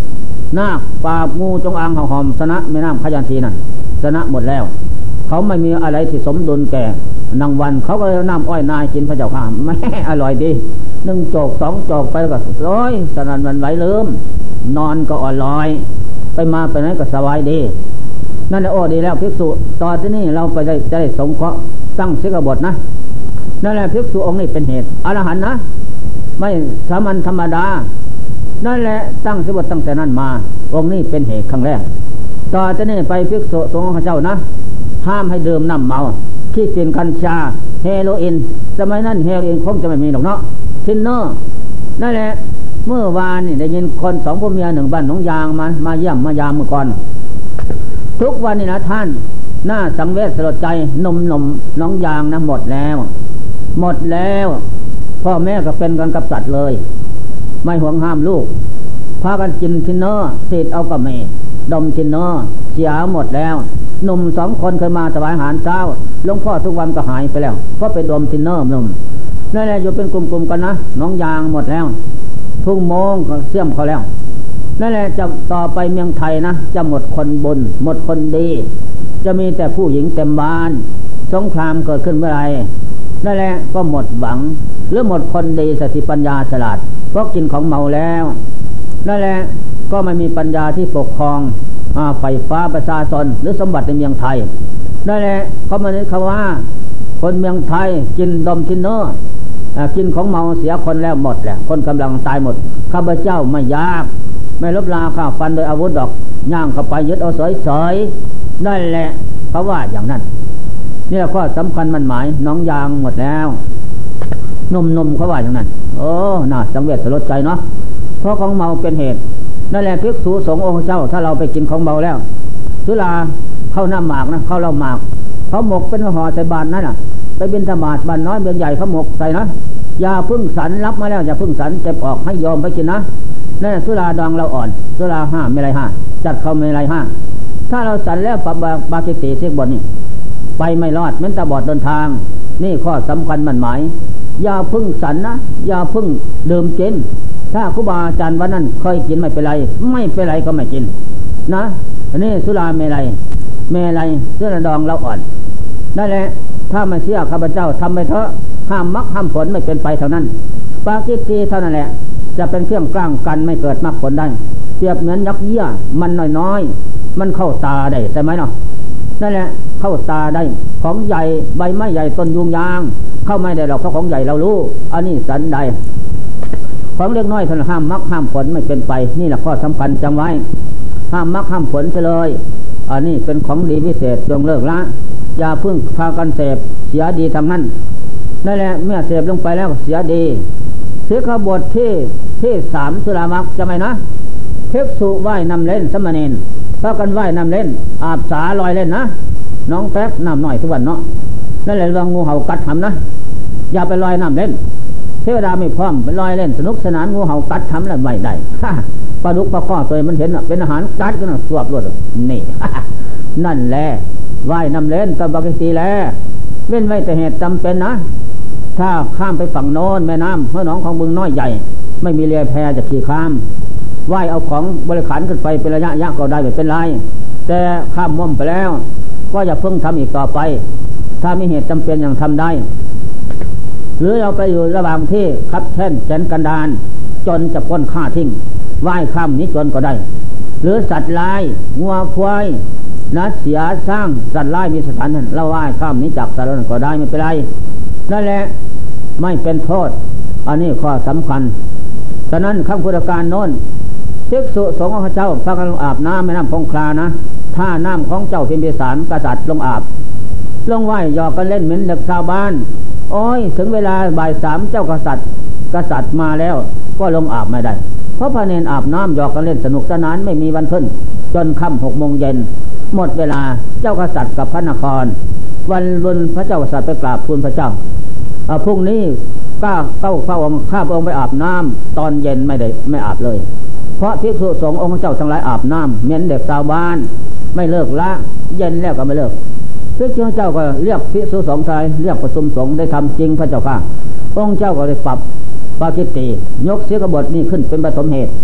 นาคปราบงูจงอางเห่าหอมชนะแม่น้ำขยันทีนั่นชนะหมดแล้วเขาไม่มีอะไรที่สมดุลแก่นางวันเขาก็เลยน้ำอ้อยนายกินพระเจ้าข้าแม่อร่อยดีหนึ่งโจกสองโจกไปก็ร้อยสนั่นวันไหวลืมนอนก็อ่อนลอยไปมาไปไหนก็สบายดีนั่นแหละโอ้ดีแล้วภิกษุตอนที่นี่เราไปได้จะได้สงเคราะห์ตั้งสิกบฏนะนั่นแหละภิกษุองค์นี้เป็นเหตุอรหันต์นะไม่สามัญธรรมดานั่นแหละตั้งสิกบฏตั้งแต่นั้นมาองค์นี้เป็นเหตุครั้งแรกต่อจากนี้ไปภิกษุสงฆ์ของเจ้านะห้ามให้ดื่มน้ำเมาที่เป็นกัญชาเฮโรอีนสมัยนั้นเฮโรอีนคงจะไม่มีหรอกเนาะทินเนอร์นั่นแหละเมื่อวานนี่ได้ยินคนสองผัวเมียหนึ่งบ้านหนองยางมามาเยี่ยมมายามเมื่อก่อนทุกวันนี่นะท่านหน้าสังเวชสลดใจนมนมน้องยางนะหมดแล้วหมดแล้วพ่อแม่ก็เป็นกันกับสัตว์เลยไม่ห่วงห้ามลูกพากันกินทินเนอร์ติดเอากระเมดมทินเนอร์เสียหมดแล้วหนุ่มสองคนเคยมาถวายอาหารเช้าหลวงพ่อทุกวันก็หายไปแล้วเพราะไปดมทินเนอร์หนุ่มนั่นแหละอยู่เป็นกลุ่มๆกันนะน้องยางหมดแล้วทุ่งโมงก็เสี่ยมเขาแล้วนั่นแหละจะต่อไปเมืองไทยนะจะหมดคนบุญหมดคนดีจะมีแต่ผู้หญิงเต็มบ้านสงครามเกิดขึ้นเมื่อไรนั่นแหละก็หมดหวังหรือหมดคนดีสติปัญญาฉลาดเพราะกินของเมาแล้วนั่นแหละก็ไม่มีปัญญาที่ปกครองไฟฟ้าประชาชนหรือสมบัติในเมืองไทยนั่นแหละเขามาเน้นคำว่าคนเมืองไทยกินดมทินเนอร์กินของเมาเสียคนแล้วหมดแหละคนกำลังตายหมดข้าพเจ้าไม่ยากไม่ลบลาข้าฟันโดยอาวุธดอกย่างเข้าไปยึดเอาเฉยๆนั่นแหละเขาว่าอย่างนั้นนี่แหละข้อสำคัญมันหมายน้องยางหมดแล้วนุ่มๆเขาว่าอย่างนั้นโอ้น่าสังเวชสลดใจเนาะเพราะของเมาเป็นเหตุนั่นแหละภิกษุสงฆ์องค์เจ้าถ้าเราไปกินของเมาแล้วสุราเข้าน้ำหมากนะเข้าเราหมากเขาหมกเป็นห่อใส่บาตรนั่นน่ะไปบิณฑบาตบาตรน้อยเบืองใหญ่เขาหมกใส่นะอย่าพึ่งสันรับมาแล้วอย่าพึ่งสันเจ็บออกให้ยอมไปกินนะนั่นสุราดองเราอ่อนสุราห้าไม่ไรห้าจัดเขาไม่ไรห้าถ้าเราสันแล้วปะบากิติเสียบนนี่ไปไม่รอดเหมือนตาบอดเดินทางนี่ข้อสำคัญมันหมายอย่าพึ่งสันนะอย่าพึ่งดื่มกินถ้าครูบาอาจารย์วันนั้นเคยกินไม่เป็นไรไม่เป็นไรก็ไม่กินนะอันนี้สุราไม่ไรไม่ไรสุราดองเราอ่อนนั่นแหละถ้าไม่เชื่อข้าพเจ้าทำไปเถอะห้ามมรรคห้ามผลไม่เป็นไปเท่านั้นปาจิตตีเท่านั้นแหละจะเป็นเครื่องกล้างกันไม่เกิดมรรคผลได้เปรียบเหมือนยักษ์เยี่ยมันน้อยๆมันเข้าตาได้ใช่ไหมเนาะนั่นแหละเข้าตาได้ของใหญ่ใบไม้ใหญ่ต้นยุงยางเข้าไม่ได้หรอกเพราะของใหญ่เรารู้อันนี้สันใดของเล็กน้อยท่านห้ามมรรคห้ามผลไม่เป็นไปนี่แหละข้อสำคัญจำไว้ห้ามมรรคห้ามผลไปเลยอันนี้เป็นของดีพิเศษจงเลิกละอย่าพึ่งพากันเสพเสียดีทางนั้นนั่นแหละเมื่อเสพลงไปแล้วเสียดีเสียขบวที่ที่สามสุรามรรคจะไหมนะเภิกษุไหว้นำเล่นสมณีนพากันไหว้นำเล่นอาบสาลอยเล่นนะน้องแป๊บน้ำหน่อยทุกวันเนาะนั่นแหละเรื่องงูเห่ากัดทำนะอย่าไปลอยน้ำเล่นเทวดาไม่พร้อมไปลอยเล่นสนุกสนานงูเห่ากัดทำแล้วไม่ได้ปลาดุกปลาข้อตัวมันเห็นเป็นอาหารกัดก็น่ะสวบรวดนี่ นั่นแหละไหว้น้ำเล่นตามปกติแล้วเว้นไว้แต่เหตุจำเป็นนะถ้าข้ามไปฝั่งโน้นแม่น้ำเมื่อหนองของบึงน้อยใหญ่ไม่มีเรือแพจะขี่ข้ามไหว้เอาของบริขารขึ้นไปเป็นระยะยะก็ได้ไม่เป็นไรแต่ข้ามม่วมไปแล้วก็อย่าเพิ่งทำอีกต่อไปถ้ามีเหตุจำเป็นอย่างทำได้หรือเราไปอยู่ระหว่างที่คับแท่นแสนกันดานจนจะพ้นฆ่าทิ้งไหว้ข้ามนี้จนก็ได้หรือสัตว์ลายงัวควายนัดเสียสร้างสัตว์ลายมีสถานนั้นเราไหว้ข้ามนี้จากสัตว์นั้นก็ได้ไม่เป็นไรนั่นแหละไม่เป็นโทษอันนี้ข้อสำคัญฉะนั้นข้างพุทธการโน้นภิกษุสงฆ์ของเจ้าพากันลงอาบน้ำแม่น้ำคงคลานะถ้าน้ำของเจ้าพิมพิสารกษัตริย์ลงอาบลงไหวหยอกกันเล่นเหมือนเด็กชาวบ้านโอ้ยถึงเวลาบ่ายสามเจ้ากษัตริย์กษัตริย์มาแล้วก็ลงอาบไม่ได้เพราะพระเนรอาบน้ำหยอกกันเล่นสนุกสนานไม่มีวันขึ้นจนค่ำหกโมงเย็นหมดเวลาเจ้ากษัตริย์กับพระนครวันรุ่นพระเจ้ากษัตริย์ไปกราบทูลพระเจ้าพรุ่งนี้ก้าเก้าพระองค์ข้าพระองค์ไปอาบน้ำตอนเย็นไม่ได้ไม่อาบเลยเพราะภิกษุสงฆ์องค์เจ้าทั้งหลายอาบน้ำเหมือนเด็กชาวบ้านไม่เลิกละเย็นแล้วก็ไม่เลิกภิกษุเจ้าก็เรียกภิกษุสงฆ์ชายเรียกประชุมสงฆ์ได้ทำจริงพระเจ้าค่ะองค์เจ้าก็เลยปรับปาจิตติยกเสียกบฏนี้ขึ้นเป็นปฐมเหตุ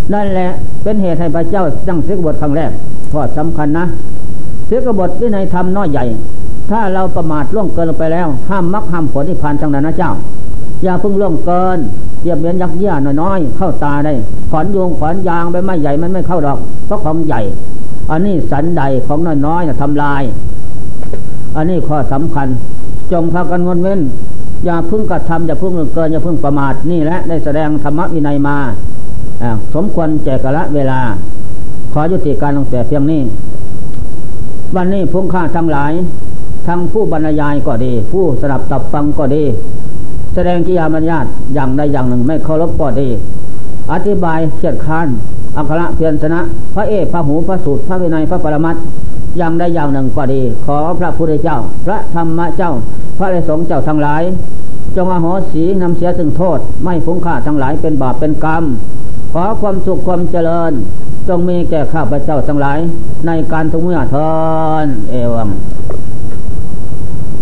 นั่นแหละเป็นเหตุให้พระเจ้าตั้งศีลกบฏครั้งแรกข้อสำคัญนะศีลกบฏวินัยธรรมน้อยใหญ่ถ้าเราประมาทล่วงเกินลงไปแล้วห้ามมรรคห้ามผลนิพพานทั้งนั้นนะเจ้าอย่าเพิ่งล่วงเกินเปรียบเหมือนยักษ์ย่าน้อยๆเข้าตาได้ขอนโยงขอนยางใบไม้ใหญ่มันไม่เข้าดอกเพราะของใหญ่อันนี้สันใดของน้อยๆนะทำลายอันนี้ข้อสำคัญจงพากันงดเว้นอย่าเพิ่งกระทำอย่าเพิ่งล่วงเกินอย่าเพิ่งประมาทนี่แหละได้แสดงธรรมวินัยมาสมควรแจกละเวลาขอยุติการลงแต่เพียงนี้วันนี้พุ่งค่าทั้งหลายทั้งผู้บรรยายก็ดีผู้สดับตับฟังก็ดีแสดงกิริยามัญญาตอย่างใดอย่างหนึ่งไม่เคารพก็ดีอธิบายเขียดค้านอัคระเพียรชนะพระเอกพระหูพระสูตรพระวินัยพระปรมัตถ์อย่างใดอย่างหนึ่งก็ดีขอพระพุทธเจ้าพระธรรมเจ้าพระอริยสงฆ์เจ้าทั้งหลายจงอโหสินำเสียซึ่งโทษไม่ฟุ้งค่าทั้งหลายเป็นบาปเป็นกรรมขอความสุขความเจริญจงมีแก่ข้าพเจ้าทั้งหลายในการทุกเมื่อเทินเอวัง